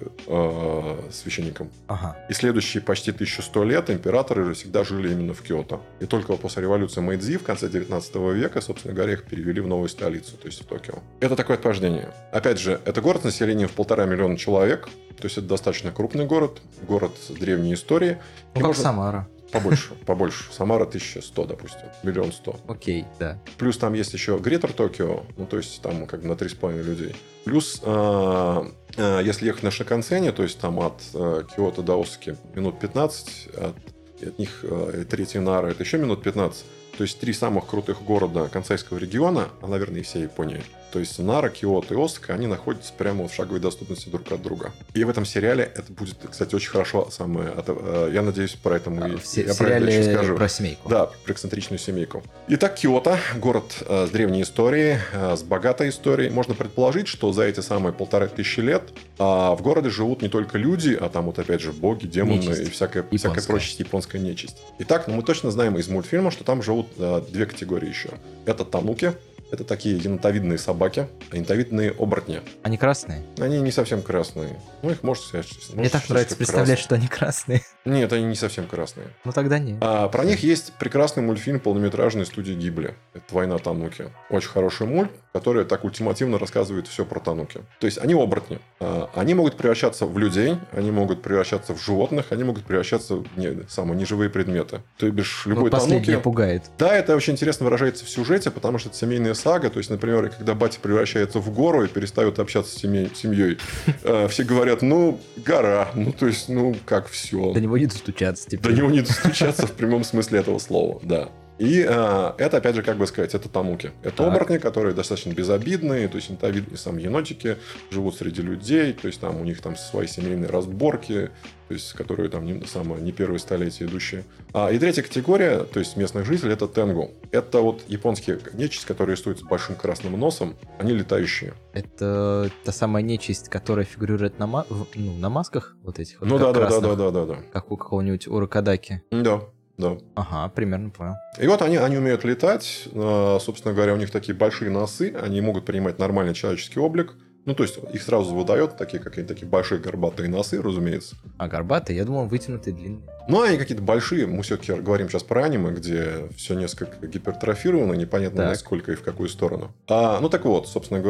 э, священникам. Ага. И следующие почти тысячу сто лет императоры же всегда жили именно в Киото. И только после революции Мэйдзи в конце девятнадцатого века, собственно говоря, их перевели в новую столицу, то есть в Токио. Это такое отвождение. Опять же, это город с населением в полтора миллиона человек, то есть это достаточно крупный город, город с древней историей. Ну, И как можно- Самара. Побольше, побольше. Самара тысяча сто, допустим, миллион сто. Окей, да. Плюс там есть еще Грейтер Токио, ну, то есть там как бы на три с половиной людей. Плюс, э, э, если ехать на Шинкансене, то есть там от э, Киото до Осаки минут пятнадцать, от, от них э, третья Нара это еще минут пятнадцать. То есть три самых крутых города Кансайского региона, а, наверное, и всей Японии. То есть Нара, Киото и Осака, они находятся прямо в шаговой доступности друг от друга. И в этом сериале это будет, кстати, очень хорошо самое. это, э, Я надеюсь, про это мы А, в се- я про это еще сериале скажу. про семейку. Да, про эксцентричную семейку. Итак, Киото, город э, с древней историей, э, с богатой историей. Можно предположить, что за эти самые полторы тысячи лет э, в городе живут не только люди, а там вот опять же боги, демоны Нечисть. и всякая, всякая Японская. прочесть, японская нечисть. Итак, ну, мы точно знаем из мультфильма, что там живут э, две категории еще. Это тануки, это такие енотовидные собаки, а енотовидные оборотни. Они красные? Они не совсем красные. Ну, их можно сказать. Мне так нравится представлять, что они красные. Нет, они не совсем красные. Ну тогда нет. А, про них есть прекрасный мультфильм полнометражной студии Гибли. Это «Война Тануки». Очень хороший мульт, который так ультимативно рассказывает все про Тануки. То есть они оборотни. А, они могут превращаться в людей, они могут превращаться в животных, они могут превращаться в не, самые неживые предметы. То бишь любой Вот последнее Тануки... пугает. Да, это очень интересно выражается в сюжете, потому что это семейная сага. То есть, например, когда батя превращается в гору и перестает общаться с семей- семьей, э, все говорят, ну, гора. Ну, то есть, ну, как все. До него не достучаться теперь. До него не достучаться в прямом смысле этого слова, да. И э, это, опять же, как бы сказать, это тануки. Это Так. оборотни, которые достаточно безобидные, то есть янтовидные сам енотики, живут среди людей, то есть там у них там свои семейные разборки, то есть которые там не, самое, не первое столетие идущие. А, и третья категория, то есть местных жителей, это тенгу. Это вот японские нечисть, которые стоят с большим красным носом, они летающие. Это та самая нечисть, которая фигурирует на, ма- в- ну, на масках вот этих вот, Ну как да, да, да, красных, да, да, да, как у какого-нибудь Уракадаки. да. Да. Ага, примерно понял. И вот они, они умеют летать, э, собственно говоря, у них такие большие носы, они могут принимать нормальный человеческий облик. Ну, то есть, их сразу выдает, такие какие-то такие большие горбатые носы, разумеется. А горбатый, я думал, вытянутый, длинный. Ну, они какие-то большие. Мы все-таки говорим сейчас про аниме, где все несколько гипертрофировано, непонятно Так. насколько и в какую сторону. А, ну, так вот, собственно говоря.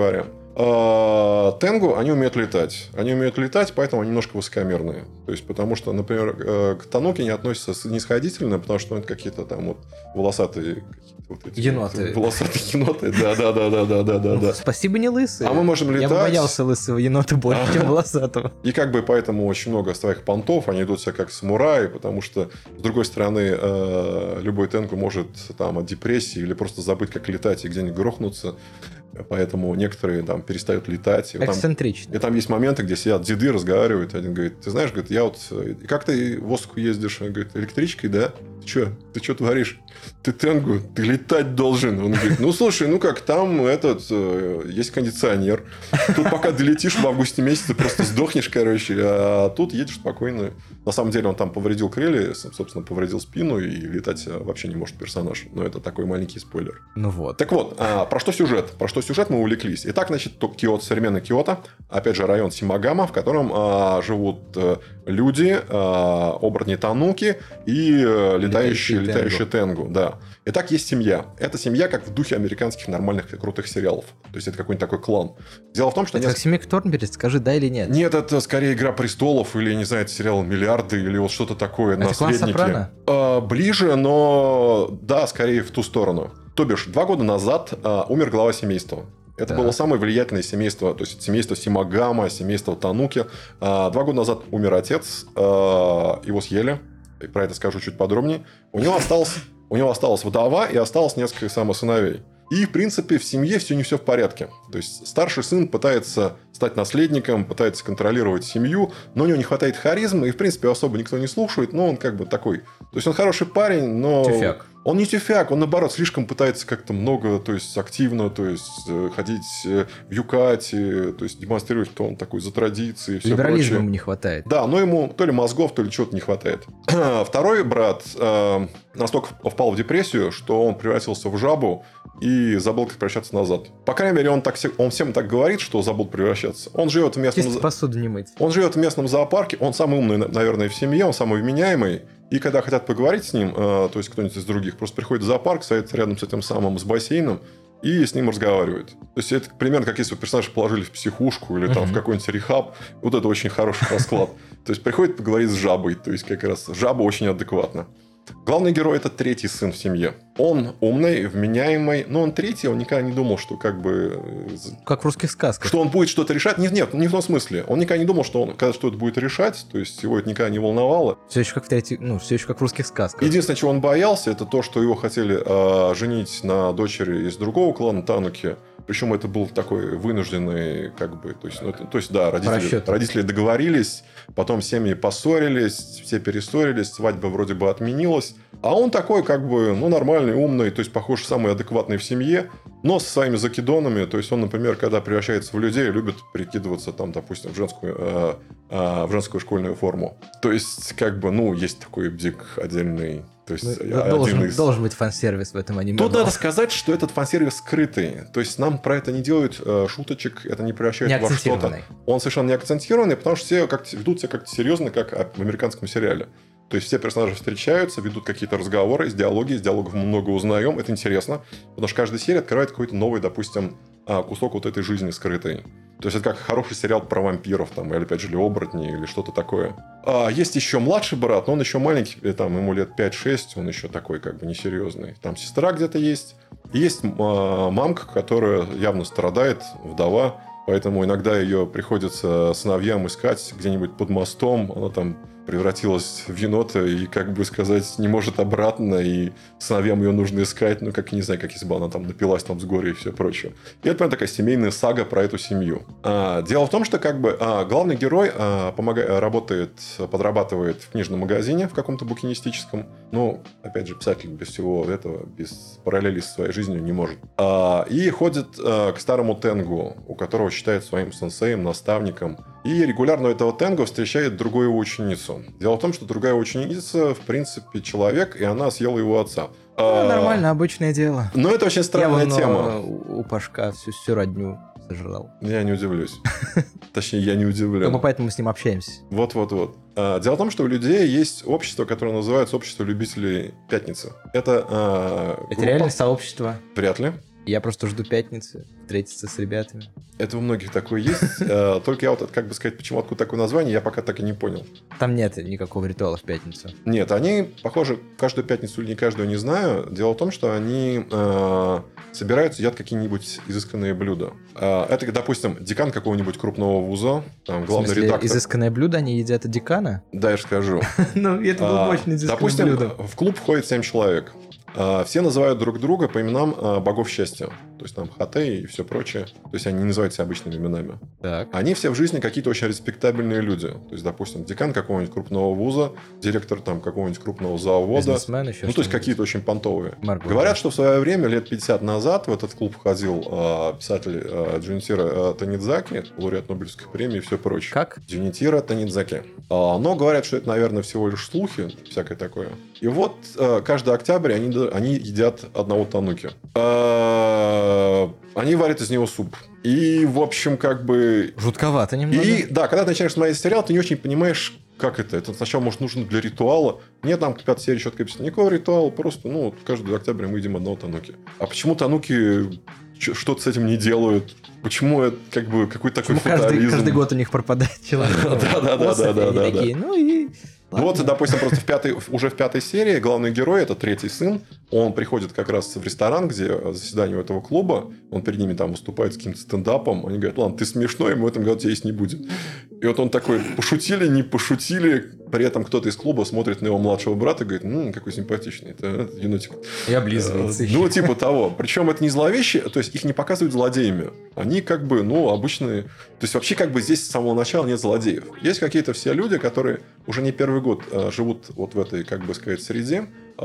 А, Тенгу, они умеют летать. Они умеют летать, поэтому они немножко высокомерные. То есть, потому что, например, к тануки не относятся снисходительно, потому что ну, это какие-то там вот волосатые... Вот эти еноты. Вот, волосатые еноты, да-да-да-да-да-да. Ну, спасибо, не лысые. А мы можем летать. Я бы боялся лысого енота больше, чем волосатого. И как бы поэтому очень много своих понтов, они идут себя как самураи, потому что, с другой стороны, любой тенгу может там от депрессии или просто забыть, как летать и где-нибудь грохнуться. Поэтому некоторые там перестают летать. Эксцентрично. И там есть моменты, где сидят деды, разговаривают. Один говорит, ты знаешь, говорит, я вот... Как ты в воздуху ездишь? Он говорит, электричкой, да? Ты что? Ты что творишь? Ты тенгу, ты летать должен. Он говорит, ну, слушай, ну как, там этот... Есть кондиционер. Тут пока долетишь в августе месяце, просто сдохнешь, короче. А тут едешь спокойно. На самом деле, он там повредил крылья, собственно, повредил спину, и летать вообще не может персонаж. Но это такой маленький спойлер. Ну вот. Так вот, а, про что сюжет? Про что сюжет мы увлеклись. Итак, значит, Киото, современный Киото, опять же, район Симагама, в котором а, живут а, люди, а, оборотни тануки и а, летающие, летающие тенгу. Да. Итак, есть семья. Эта семья как в духе американских нормальных крутых сериалов. То есть, это какой-нибудь такой клан. Дело в том, что... Это несколько... как семейка Торнберри, скажи, да или нет? Нет, это скорее «Игра престолов» или, не знаю, сериал «Миллиарды» или вот что-то такое. Это «Наследники». клан Сопрано? А, ближе, но да, скорее в ту сторону. То бишь, два года назад а, умер глава семейства. Это так. Было самое влиятельное семейство, то есть семейство Симагама, семейство Тануки. А, два года назад умер отец, а, его съели, про это скажу чуть подробнее. У него осталось, у него осталась вдова и осталось несколько самых сыновей. И, в принципе, в семье все не все в порядке. То есть, старший сын пытается стать наследником, пытается контролировать семью, но у него не хватает харизмы, и, в принципе, особо никто не слушает, но он как бы такой... То есть, он хороший парень, но... Тюфяк. Он не тюфяк, он, наоборот, слишком пытается как-то много, то есть, активно, то есть, ходить в юкате, то есть, демонстрировать, что он такой за традиции и все прочее. Либерализма ему не хватает. Да, но ему то ли мозгов, то ли чего-то не хватает. Второй брат э, настолько впал в депрессию, что он превратился в жабу и забыл, как превращаться назад. По крайней мере, он, так, он всем так говорит, что забыл превращаться. Он живет в местном... Чисто посуду не мыть. Он живет в местном зоопарке, он самый умный, наверное, в семье, он самый вменяемый. И когда хотят поговорить с ним, э, то есть кто-нибудь из других, просто приходит в зоопарк, садится рядом с этим самым, с бассейном, и с ним разговаривают. То есть, это примерно как если бы персонажа положили в психушку или там uh-huh. в какой-нибудь рехаб. Вот это очень хороший расклад. То есть, приходит поговорить с жабой. То есть, как раз жаба очень адекватна. Главный герой – это третий сын в семье. Он умный, вменяемый, но он третий, он никогда не думал, что как бы... Как в русских сказках. Что он будет что-то решать. Нет, нет, не в том смысле. Он никогда не думал, что он когда что-то будет решать, то есть его это никогда не волновало. Все еще как в, третий, ну, все еще как в русских сказках. Единственное, чего он боялся, это то, что его хотели э, женить на дочери из другого клана Тануки. Причем это был такой вынужденный, как бы, то есть, ну, это, то есть да, родители, родители договорились, потом семьи поссорились, все перессорились, свадьба вроде бы отменилась. А он такой, как бы, ну, нормальный, умный, то есть, похож, самый адекватный в семье, но со своими закидонами. То есть, он, например, когда превращается в людей, любит прикидываться, там, допустим, в женскую, э, э, в женскую школьную форму. То есть, как бы, ну, есть такой бзик отдельный. То есть, ну, должен, из... должен быть фан-сервис в этом аниме. Тут надо сказать, что этот фан-сервис скрытый. То есть, нам про это не делают э, шуточек, это не превращает не во что-то. Он совершенно не акцентированный, потому что все как ведут себя как-то серьезно, как в американском сериале. То есть, все персонажи встречаются, ведут какие-то разговоры, из диалоги, из диалогов мы много узнаем. Это интересно, потому что каждая серия открывает какой-то новый, допустим, кусок вот этой жизни скрытой. То есть, это как хороший сериал про вампиров, там, или, опять же, или оборотни, или что-то такое. А есть еще младший брат, но он еще маленький, там, ему лет пять-шесть, он еще такой, как бы, несерьезный. Там сестра где-то есть. И есть мамка, которая явно страдает, вдова, поэтому иногда ее приходится сыновьям искать где-нибудь под мостом, она там превратилась в енота и, как бы сказать, не может обратно, и сыновьям ее нужно искать, ну, как, не знаю, как если бы она там напилась там с горя и все прочее. И это прям такая семейная сага про эту семью. А, дело в том, что, как бы, а, главный герой а, помогает, работает, подрабатывает в книжном магазине в каком-то букинистическом, ну, опять же, писатель без всего этого, без параллели со своей жизнью не может. А, и ходит а, к старому тенгу, у которого считает своим сенсеем, наставником, и регулярно у этого тенгу встречает другую его ученицу. Дело в том, что другая ученица, в принципе, человек, и она съела его отца. Ну, а... Нормально, обычное дело. Но это очень странная я тема. Я у Пашка всю, всю родню сожрал. Я не удивлюсь. Точнее, я не удивлен. Мы поэтому с ним общаемся. Вот-вот-вот. Дело в том, что у людей есть общество, которое называется общество любителей пятницы. Это Это реальное сообщество? Вряд ли. Я просто жду пятницы, встретиться с ребятами. Это у многих такое есть. Только я вот, как бы сказать, почему откуда такое название, я пока так и не понял. Там нет никакого ритуала в пятницу. Нет, они, похоже, каждую пятницу или не каждую, не знаю. Дело в том, что они э, собираются, едят какие-нибудь изысканные блюда. Э, это, допустим, декан какого-нибудь крупного вуза, там, главный в смысле, редактор. Изысканное блюдо они едят от декана? Да, я же скажу. Ну, это было очень изысканное Допустим, блюдо. в клуб входит семь человек. Все называют друг друга по именам богов счастья. То есть там Хатей и все прочее. То есть они не называют себя обычными именами. Так. Они все в жизни какие-то очень респектабельные люди. То есть, допустим, декан какого-нибудь крупного вуза, директор там какого-нибудь крупного завода. Бизнесмен еще. Ну, то есть какие-то очень понтовые. Марк Говорят, что в свое время, лет пятьдесят назад, в этот клуб входил э, писатель э, Джунитиро Танидзаки, лауреат Нобелевской премии и все прочее. Как? Джунитиро Танидзаки. А, но говорят, что это, наверное, всего лишь слухи, всякое такое. И вот э, каждый октябрь они, они едят одного тануки. Э, они варят из него суп. И, в общем, как бы... Жутковато немного. И, да, когда ты начинаешь смотреть сериал, ты не очень понимаешь, как это. Это сначала, может, нужно для ритуала. Нет, там к пятой серии четко написано. Никакого ритуала, просто, ну, каждый октябрь мы едим одного тануки. А почему тануки что-то с этим не делают? Почему это как бы какой-то такой каждый, фатализм? каждый год у них пропадает человек. Да-да-да. Ну и... Ну вот, допустим, просто в пятой, уже в пятой серии главный герой, это третий сын, он приходит как раз в ресторан, где заседание у этого клуба, он перед ними там выступает с каким-то стендапом, они говорят, ладно, ты смешной, мы в этом году тебя есть не будем. И вот он такой, пошутили, не пошутили, при этом кто-то из клуба смотрит на его младшего брата и говорит, ну, какой симпатичный, это, это енотик. И облизывается. Ну, типа того. Причем это не зловещие, то есть их не показывают злодеями. Они как бы, ну, обычные... То есть вообще как бы здесь с самого начала нет злодеев. Есть какие-то все люди, которые уже не первый год а, живут вот в этой, как бы сказать, среде,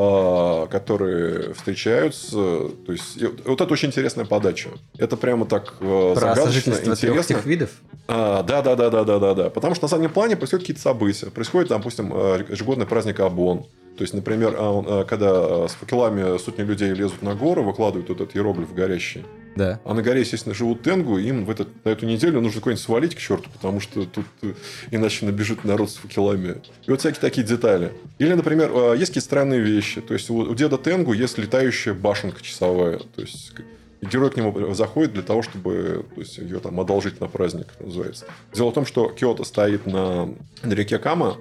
а, которые встречаются. То есть вот это очень интересная подача. Это прямо так а, загадочно, интересно. Трех видов? А, да, да, да, да, да, да, да. Потому что на заднем плане происходят какие-то события. Происходит, допустим, ежегодный праздник Абон. То есть, например, когда с факелами сотни людей лезут на гору, выкладывают вот этот иероглиф горящий. Да. А на горе, естественно, живут тенгу, и им в этот, на эту неделю нужно куда-нибудь свалить к черту, потому что тут иначе набежит народ с факелами. И вот всякие такие детали. Или, например, есть какие-то странные вещи. То есть, у деда Тенгу есть летающая башенка часовая. То есть, и герой к нему заходит для того, чтобы то есть, ее там одолжить на праздник, называется. Дело в том, что Киото стоит на, на реке Кама,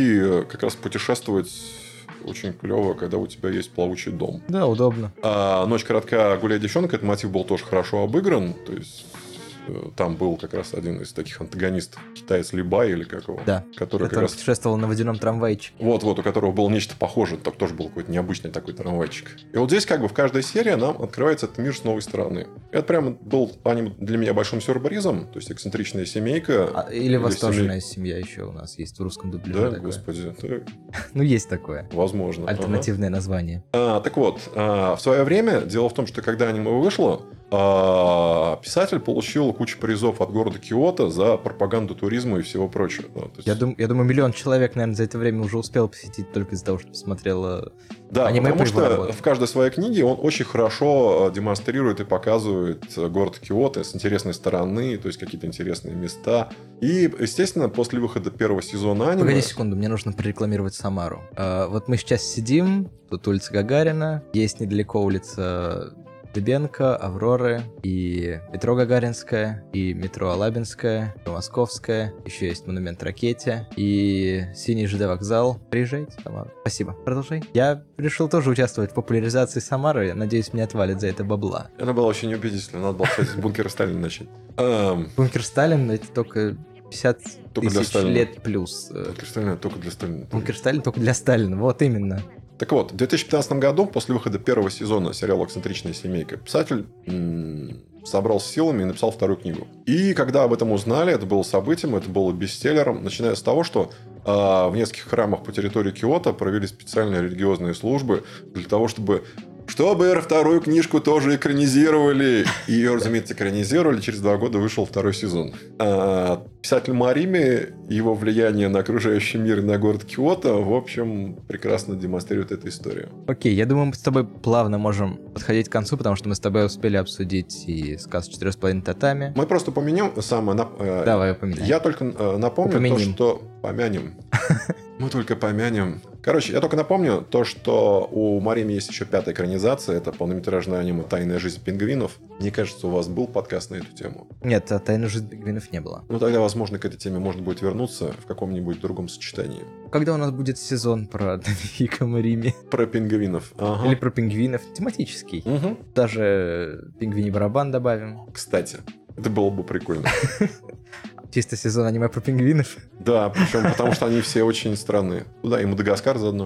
и как раз путешествовать очень клево, когда у тебя есть плавучий дом. Да, удобно. А «Ночь коротка, гуляй, девчонка» этот мотив был тоже хорошо обыгран. То есть там был как раз один из таких антагонистов, китаец Либай или как его. Да, который, который как раз... путешествовал на водяном трамвайчике. Вот-вот, у которого было нечто похожее, так тоже был какой-то необычный такой трамвайчик. И вот здесь как бы в каждой серии нам открывается этот мир с новой стороны. Это прямо был для меня большим сюрпризом, то есть эксцентричная семейка. А, или, или восторженная семей... семья еще у нас есть в русском дубляже. Да, такое. господи. Это... Ну, есть такое. Возможно. Альтернативное ага. название. А, так вот, а, в свое время, дело в том, что когда аниме вышло, а, писатель получил кучу призов от города Киото за пропаганду туризма и всего прочего. Ну, есть... я, дум, я думаю, миллион человек, наверное, за это время уже успел посетить только из-за того, что посмотрел да, аниме. Потому что работы. в каждой своей книге он очень хорошо демонстрирует и показывает город Киото с интересной стороны, то есть какие-то интересные места. И, естественно, после выхода первого сезона аниме... Погоди секунду, мне нужно прорекламировать Самару. А, вот мы сейчас сидим, тут улица Гагарина, есть недалеко улица... Дыбенко, Авроры, и метро Гагаринская, и метро Алабинская, метро Московская, еще есть монумент Ракете, и Синий ЖД вокзал. Приезжайте в Самару. Спасибо. Продолжай. Я решил тоже участвовать в популяризации Самары, надеюсь, мне отвалят за это бабла. Это было очень неубедительно, надо было, кстати, с бункера Сталина начать. Бункер Сталина — это только... пятьдесят тысяч лет плюс. Бункер Сталина только для Сталина. Бункер Сталина только для Сталина, вот именно. Так вот, в две тысячи пятнадцатом году, после выхода первого сезона сериала «Эксцентричная семейка», писатель м- собрался с силами и написал вторую книгу. И когда об этом узнали, это было событием, это было бестселлером, начиная с того, что э, в нескольких храмах по территории Киото провели специальные религиозные службы для того, чтобы... Чтобы вторую книжку тоже экранизировали. И ее, разумеется, экранизировали. Через два года вышел второй сезон. А писатель Марими и его влияние на окружающий мир и на город Киото, в общем, прекрасно демонстрирует эту историю. Окей, я думаю, мы с тобой плавно можем подходить к концу, потому что мы с тобой успели обсудить и сказ четырех с половиной татами. Мы просто помянем самое... Давай, упомянем. Я только напомню Упомянем. то, что... Помянем. Мы только помянем Короче, я только напомню то, что у Марими есть еще пятая экранизация. Это полнометражное аниме «Тайная жизнь пингвинов». Мне кажется, у вас был подкаст на эту тему. Нет, «Тайной жизни пингвинов» не было. Ну, тогда, возможно, к этой теме можно будет вернуться в каком-нибудь другом сочетании. Когда у нас будет сезон про Хикамарими? Про пингвинов. Ага. Или про пингвинов. Тематический. Угу. Даже пингвиний барабан добавим. Кстати, это было бы прикольно. Чисто сезон аниме про пингвинов. Да, причем потому что они все очень странные. Ну да, и Мадагаскар заодно.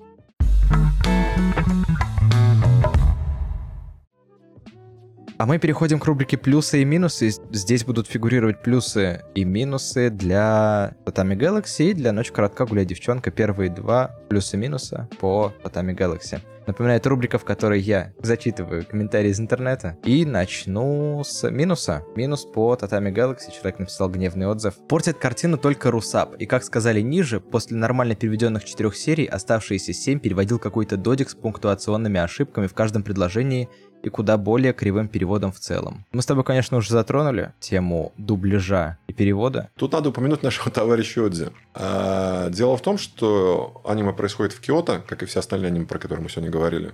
А мы переходим к рубрике «Плюсы и минусы». Здесь будут фигурировать плюсы и минусы для Tatami Galaxy и для «Ночь коротка, гуляй, девчонка». Первые два плюса-минуса по Tatami Galaxy. Напоминаю, это рубрика, в которой я зачитываю комментарии из интернета. И начну с минуса. Минус по Tatami Galaxy. Человек написал гневный отзыв. Портит картину только Русап. И, как сказали ниже, после нормально переведенных четырех серий, оставшиеся семь переводил какой-то додик с пунктуационными ошибками в каждом предложении и куда более кривым переводом в целом. Мы с тобой, конечно, уже затронули тему дубляжа и перевода. Тут надо упомянуть нашего товарища Одзи. А, дело в том, что аниме происходит в Киото, как и все остальные аниме, про которые мы сегодня говорили.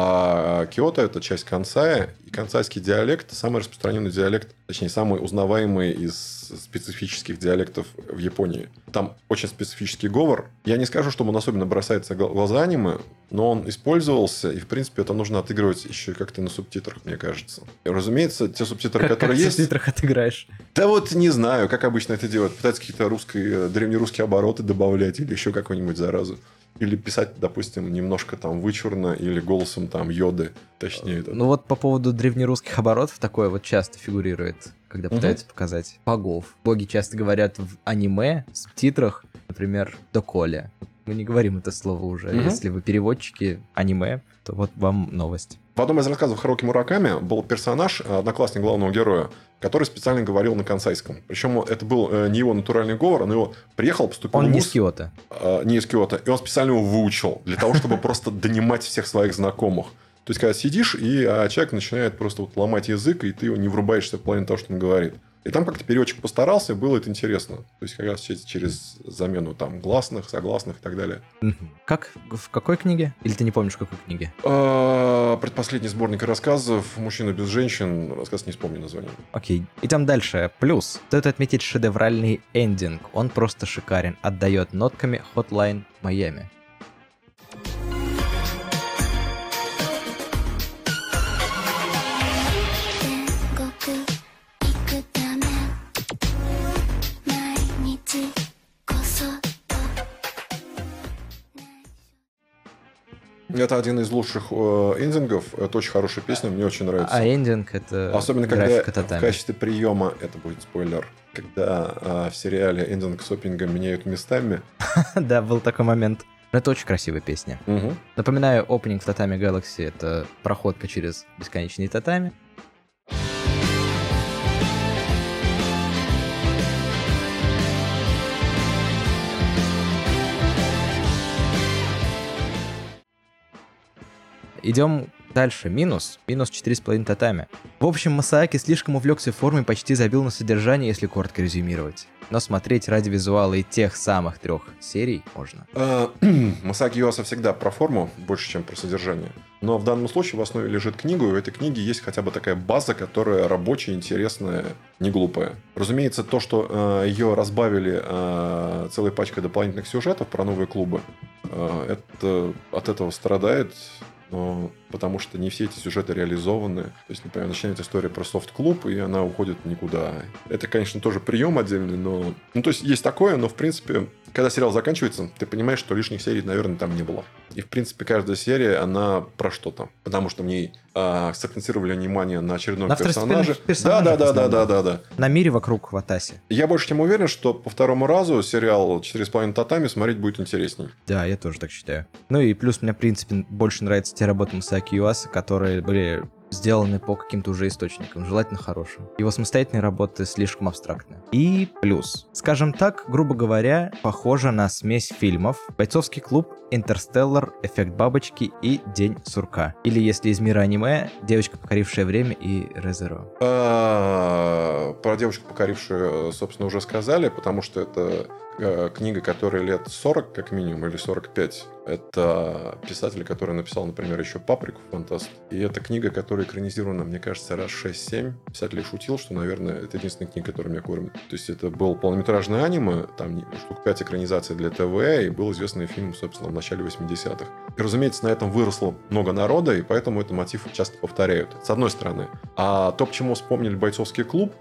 А Киото – это часть Кансая, и кансайский диалект – самый распространенный диалект, точнее, самый узнаваемый из специфических диалектов в Японии. Там очень специфический говор. Я не скажу, что он особенно бросается в глаза аниме, но он использовался, и, в принципе, это нужно отыгрывать еще как-то на субтитрах, мне кажется. И, разумеется, те субтитры, как, которые как есть... в субтитрах отыграешь? Да вот не знаю, как обычно это делают. Пытаются какие-то русские, древнерусские обороты добавлять или еще какую-нибудь заразу. Или писать, допустим, немножко там вычурно, или голосом там Йоды, точнее. Это. Ну вот по поводу древнерусских оборотов такое вот часто фигурирует, когда пытаются угу. показать богов. Боги часто говорят в аниме, в субтитрах, например, «доколе». Мы не говорим это слово уже. Угу. Если вы переводчики аниме, то вот вам новость. В одном из рассказов Харуки Мураками был персонаж, одноклассник главного героя, который специально говорил на кансайском. Причем это был не его натуральный говор, он его приехал, поступил он в вуз. Он не из Киото. Не из Киото. И он специально его выучил, для того, чтобы просто донимать всех своих знакомых. То есть, когда сидишь, и человек начинает просто вот ломать язык, и ты не врубаешься в плане того, что он говорит. И там как-то переводчик постарался, было это интересно. То есть, как раз через замену там гласных, согласных и так далее. Как? В какой книге? Или ты не помнишь, в какой книге? Предпоследний сборник рассказов «Мужчина без женщин». Рассказ не вспомню название. Окей. Идем дальше. Плюс. Стоит отметить шедевральный эндинг. Он просто шикарен. Отдает нотками Hotline Miami. Это один из лучших э, эндингов. Это очень хорошая песня, мне очень нравится. А эндинг — это особенно когда в качестве приема, это будет спойлер, когда э, в сериале эндинг с опенингом меняют местами. Да, был такой момент. Но это очень красивая песня. Угу. Напоминаю, опенинг в Tatami Galaxy — это проходка через бесконечные татами. Идем дальше. Минус. Минус четыре с половиной татами. В общем, Масааки слишком увлекся формой и почти забил на содержание, если коротко резюмировать. Но смотреть ради визуала и тех самых трех серий можно. Масааки Юаса всегда про форму, больше, чем про содержание. Но в данном случае в основе лежит книга, и в этой книге есть хотя бы такая база, которая рабочая, интересная, не глупая. Разумеется, то, что э, ее разбавили э, целой пачкой дополнительных сюжетов про новые клубы, э, это от этого страдает. Но потому что не все эти сюжеты реализованы. То есть, например, начинается история про софт-клуб, и она уходит никуда. Это, конечно, тоже прием отдельный, но... Ну, то есть, есть такое, но, в принципе, когда сериал заканчивается, ты понимаешь, что лишних серий, наверное, там не было. И, в принципе, каждая серия, она про что-то. Потому что в ней а, сакцентировали внимание на очередном на персонаже. Да, да, да, да, да, да, да. На мире вокруг Ватаси. Я больше чем уверен, что по второму разу сериал «четыре с половиной татами» смотреть будет интересней. Да, я тоже так считаю. Ну и плюс мне, в принципе, больше нравятся те работы Масааки Юасы, которые были сделаны по каким-то уже источникам, желательно хорошим. Его самостоятельные работы слишком абстрактны. И плюс. Скажем так, грубо говоря, похоже на смесь фильмов «Бойцовский клуб», «Интерстеллар», «Эффект бабочки» и «День сурка». Или, если из мира аниме, «Девочка, покорившая время» и «Резеро». Про девочку, покорившую, собственно, уже сказали, потому что это э, книга, которой лет сорок, как минимум, или сорок пять. Это писатель, который написал, например, еще «Паприку», фантаст. И это книга, которая экранизирована, мне кажется, раз шесть-семь. Писатель шутил, что, наверное, это единственная книга, которая меня кормит. То есть это был полнометражный аниме, там штук пять экранизаций для ТВ, и был известный фильм, собственно, в начале восьмидесятых. И, разумеется, на этом выросло много народа, и поэтому этот мотив часто повторяют. С одной стороны. А то, к чему вспомнили «Бойцовский клуб»,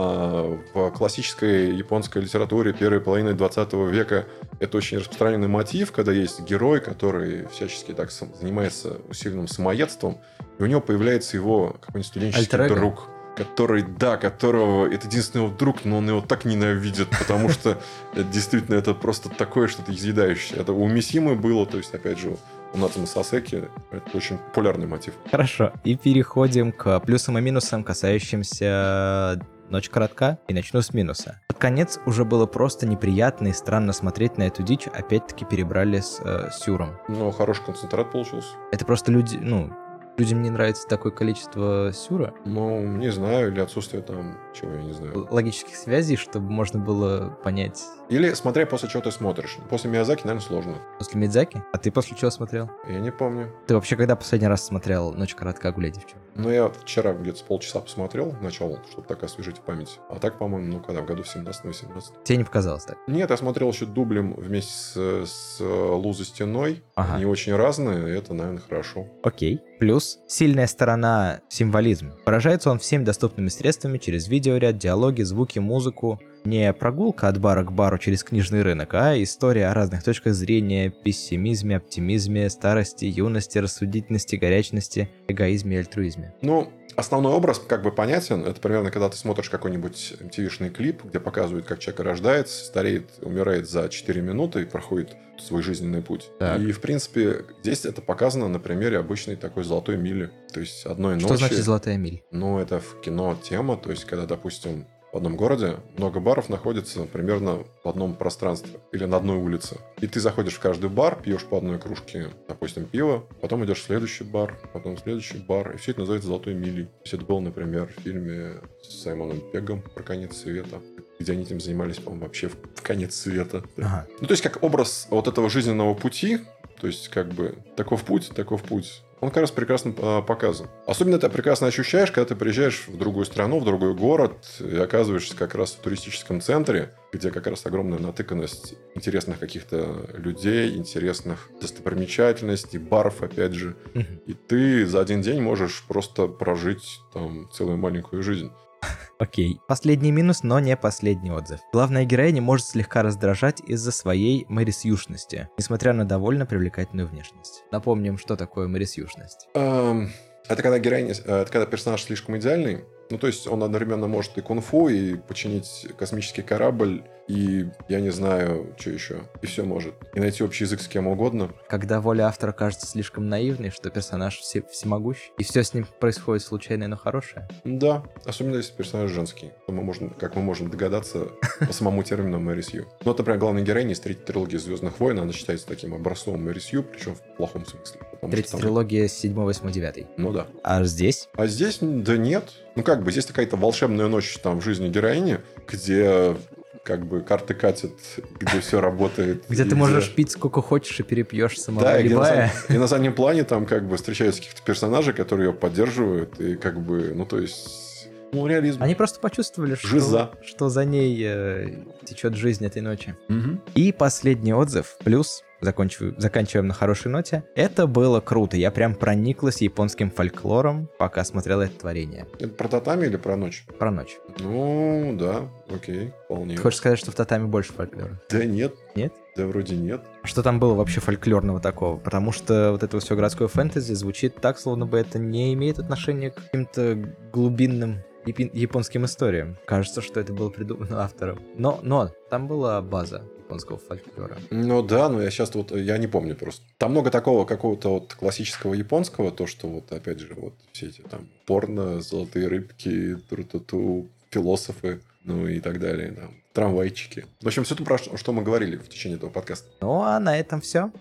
в классической японской литературе первой половины двадцатого века это очень распространенный мотив, когда есть герой, который всячески так занимается усиленным самоедством, и у него появляется его какой-нибудь студенческий Альтер-эго? друг, который, да, которого это единственный его друг, но он его так ненавидит, потому что действительно это просто такое что-то изъедающее. Это у Мисимы было, то есть, опять же, у Нацумэ Сасеки. Это очень популярный мотив. Хорошо, и переходим к плюсам и минусам, касающимся «Ночь коротка», и начну с минуса. Под конец уже было просто неприятно и странно смотреть на эту дичь, опять-таки перебрали с э, Сюром. Но хороший концентрат получился. Это просто люди, ну, людям не нравится такое количество Сюра. Ну, не знаю, или отсутствие там, чего я не знаю. Логических связей, чтобы можно было понять. Или смотря после чего ты смотришь. После Миядзаки, наверное, сложно. После Мидзаки? А ты после чего смотрел? Я не помню. Ты вообще когда последний раз смотрел «Ночь коротка, гуляй, девчонка»? Ну, я вчера где-то с полчаса посмотрел, начал, чтобы так освежить в память. А так, по-моему, ну, когда, в году в семнадцатом-восемнадцатом. Тебе не показалось так? Нет, я смотрел еще дублем вместе с, с Лу за стеной. Ага. Они очень разные, и это, наверное, хорошо. Окей. Плюс сильная сторона — символизм. Выражается он всеми доступными средствами через видеоряд, диалоги, звуки, музыку. Не прогулка от бара к бару через книжный рынок, а история о разных точках зрения, пессимизме, оптимизме, старости, юности, рассудительности, горячности, эгоизме и альтруизме. Ну, основной образ как бы понятен. Это примерно, когда ты смотришь какой-нибудь эм ти ви-шный клип, где показывают, как человек рождается, стареет, умирает за четыре минуты и проходит свой жизненный путь. Так. И, в принципе, здесь это показано на примере обычной такой золотой мили. То есть, одной ночи... Что значит «Золотая миль»? Ну, это в кино тема. То есть, когда, допустим, в одном городе много баров находится примерно в одном пространстве или на одной улице. И ты заходишь в каждый бар, пьешь по одной кружке, допустим, пива, потом идешь в следующий бар, потом в следующий бар. И все это называется «Золотой милей». То есть это было, например, в фильме с Саймоном Пеггом про конец света, где они этим занимались, по-моему, вообще в конец света. Ага. Ну, то есть как образ вот этого жизненного пути, то есть как бы таков путь, таков путь. Он как раз прекрасно э, показан. Особенно это прекрасно ощущаешь, когда ты приезжаешь в другую страну, в другой город, и оказываешься как раз в туристическом центре, где как раз огромная натыканность интересных каких-то людей, интересных достопримечательностей, баров, опять же. И ты за один день можешь просто прожить там целую маленькую жизнь. Окей. Последний минус, но не последний отзыв. Главная героиня может слегка раздражать из-за своей мэрисьюшности, несмотря на довольно привлекательную внешность. Напомним, что такое мэрисьюшность. Эм, это когда героиня, это когда персонаж слишком идеальный. Ну, то есть он одновременно может и кунг-фу, и починить космический корабль, и, я не знаю, что еще. И все может. И найти общий язык с кем угодно. Когда воля автора кажется слишком наивной, что персонаж все, всемогущ, и все с ним происходит случайное, но хорошее. Да, особенно если персонаж женский. Мы можем, как мы можем догадаться по самому термину Мэри Сью. Ну, вот, например, главная героиня из третьей трилогии «Звездных войн», она считается таким образцовым Мэри Сью, причем в плохом смысле. Третья там... трилогия седьмой, восьмой, девятый. Ну да. А здесь? А здесь, да нет. Ну как бы, здесь какая-то волшебная ночь там в жизни героини, где как бы карты катят, где все работает. Где ты можешь пить сколько хочешь и перепьешь самого. Да, и на, и на заднем плане там как бы встречаются каких-то персонажей, которые ее поддерживают, и как бы, ну то есть, ну реализм. Они просто почувствовали, что, что за ней э, течет жизнь этой ночи. Угу. И последний отзыв, плюс, закончиваю, заканчиваем на хорошей ноте. Это было круто, я прям прониклась японским фольклором, пока смотрела это творение. Это про татами или про ночь? Про ночь. Ну, да, окей, вполне. Ты хочешь сказать, что в татами больше фольклора? Да нет. Нет? Да вроде нет. Что там было вообще фольклорного такого? Потому что вот это все городское фэнтези звучит так, словно бы это не имеет отношения к каким-то глубинным японским историям. Кажется, что это было придумано автором. Но, но там была база японского фольклора. Ну да, но я сейчас вот, я не помню просто. Там много такого какого-то вот классического японского, то, что вот, опять же, вот все эти там порно, золотые рыбки, тру-ту-ту, философы, ну и так далее, там, трамвайчики. В общем, все то, про что мы говорили в течение этого подкаста. Ну, а на этом все.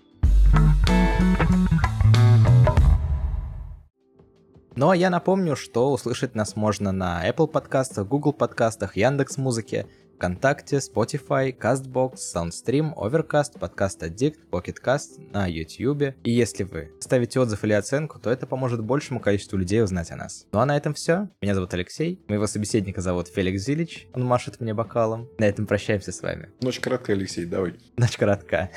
Ну, а я напомню, что услышать нас можно на Apple подкастах, Google подкастах, Яндекс.Музыке, ВКонтакте, Spotify, CastBox, SoundStream, Overcast, Podcast Addict, Pocket Cast, на YouTube. И если вы ставите отзыв или оценку, то это поможет большему количеству людей узнать о нас. Ну а на этом все. Меня зовут Алексей, моего собеседника зовут Феликс Зилич, он машет мне бокалом. На этом прощаемся с вами. Ночь короткая, Алексей, давай. Ночь коротка.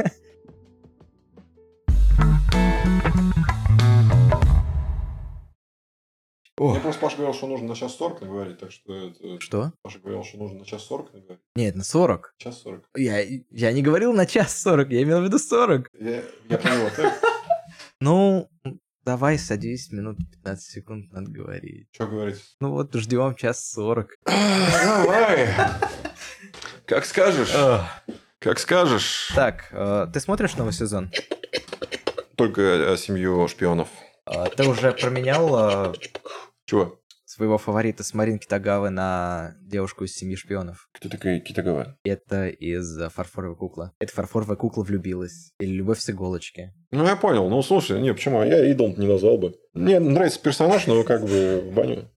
Мне просто Паша говорил, что нужно на час сорок наговорить, так что... Это... Что? Паша говорил, что нужно на час сорок наговорить. Нет, на сорок. Час сорок. Я, я не говорил на час сорок, я имел в виду сорок. Я, я понял, ты... Ну, давай садись, минут пятнадцать секунд надо говорить. Что говорить? Ну вот, ждем час сорок. Давай! Как скажешь. Как скажешь. Так, э, ты смотришь новый сезон? Только э, семью шпионов. Э, ты уже променял э, Чего? своего фаворита с Марин Китагавы на девушку из семьи шпионов? Кто такая Китагава? Это из э, «Фарфоровой куклы». Эта фарфоровая кукла влюбилась. Или «Любовь с иголочки». Ну, я понял. Ну, слушай, не, почему? Я идол не назвал бы. Мне нравится персонаж, но как бы в баню.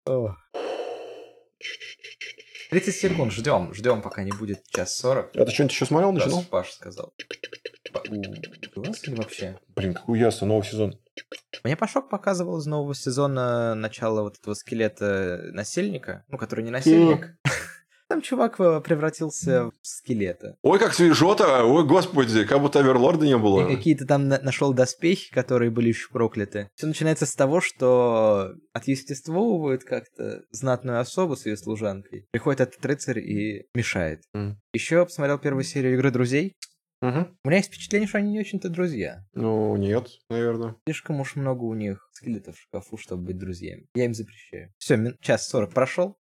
тридцать секунд, ждем, ждем, пока не будет час сорок. А ты что-нибудь еще смотрел, начинал? Паша сказал. У вас ли вообще? Блин, какой ясно, новый сезон. Мне Пашок показывал из нового сезона начало вот этого скелета насильника, ну, который не насильник. Там чувак превратился в скелета. Ой, как свежо-то! Ой, господи, как будто Оверлорда не было. И какие-то там на- нашел доспехи, которые были еще прокляты. Все начинается с того, что отъестествовывают как-то знатную особу с ее служанкой. Приходит этот рыцарь и мешает. Mm. Еще посмотрел первую серию «Игры друзей». Угу. У меня есть впечатление, что они не очень-то друзья. Ну, нет, наверное. Слишком уж много у них скелетов в шкафу, чтобы быть друзьями. Я им запрещаю. Все, час сорок прошел.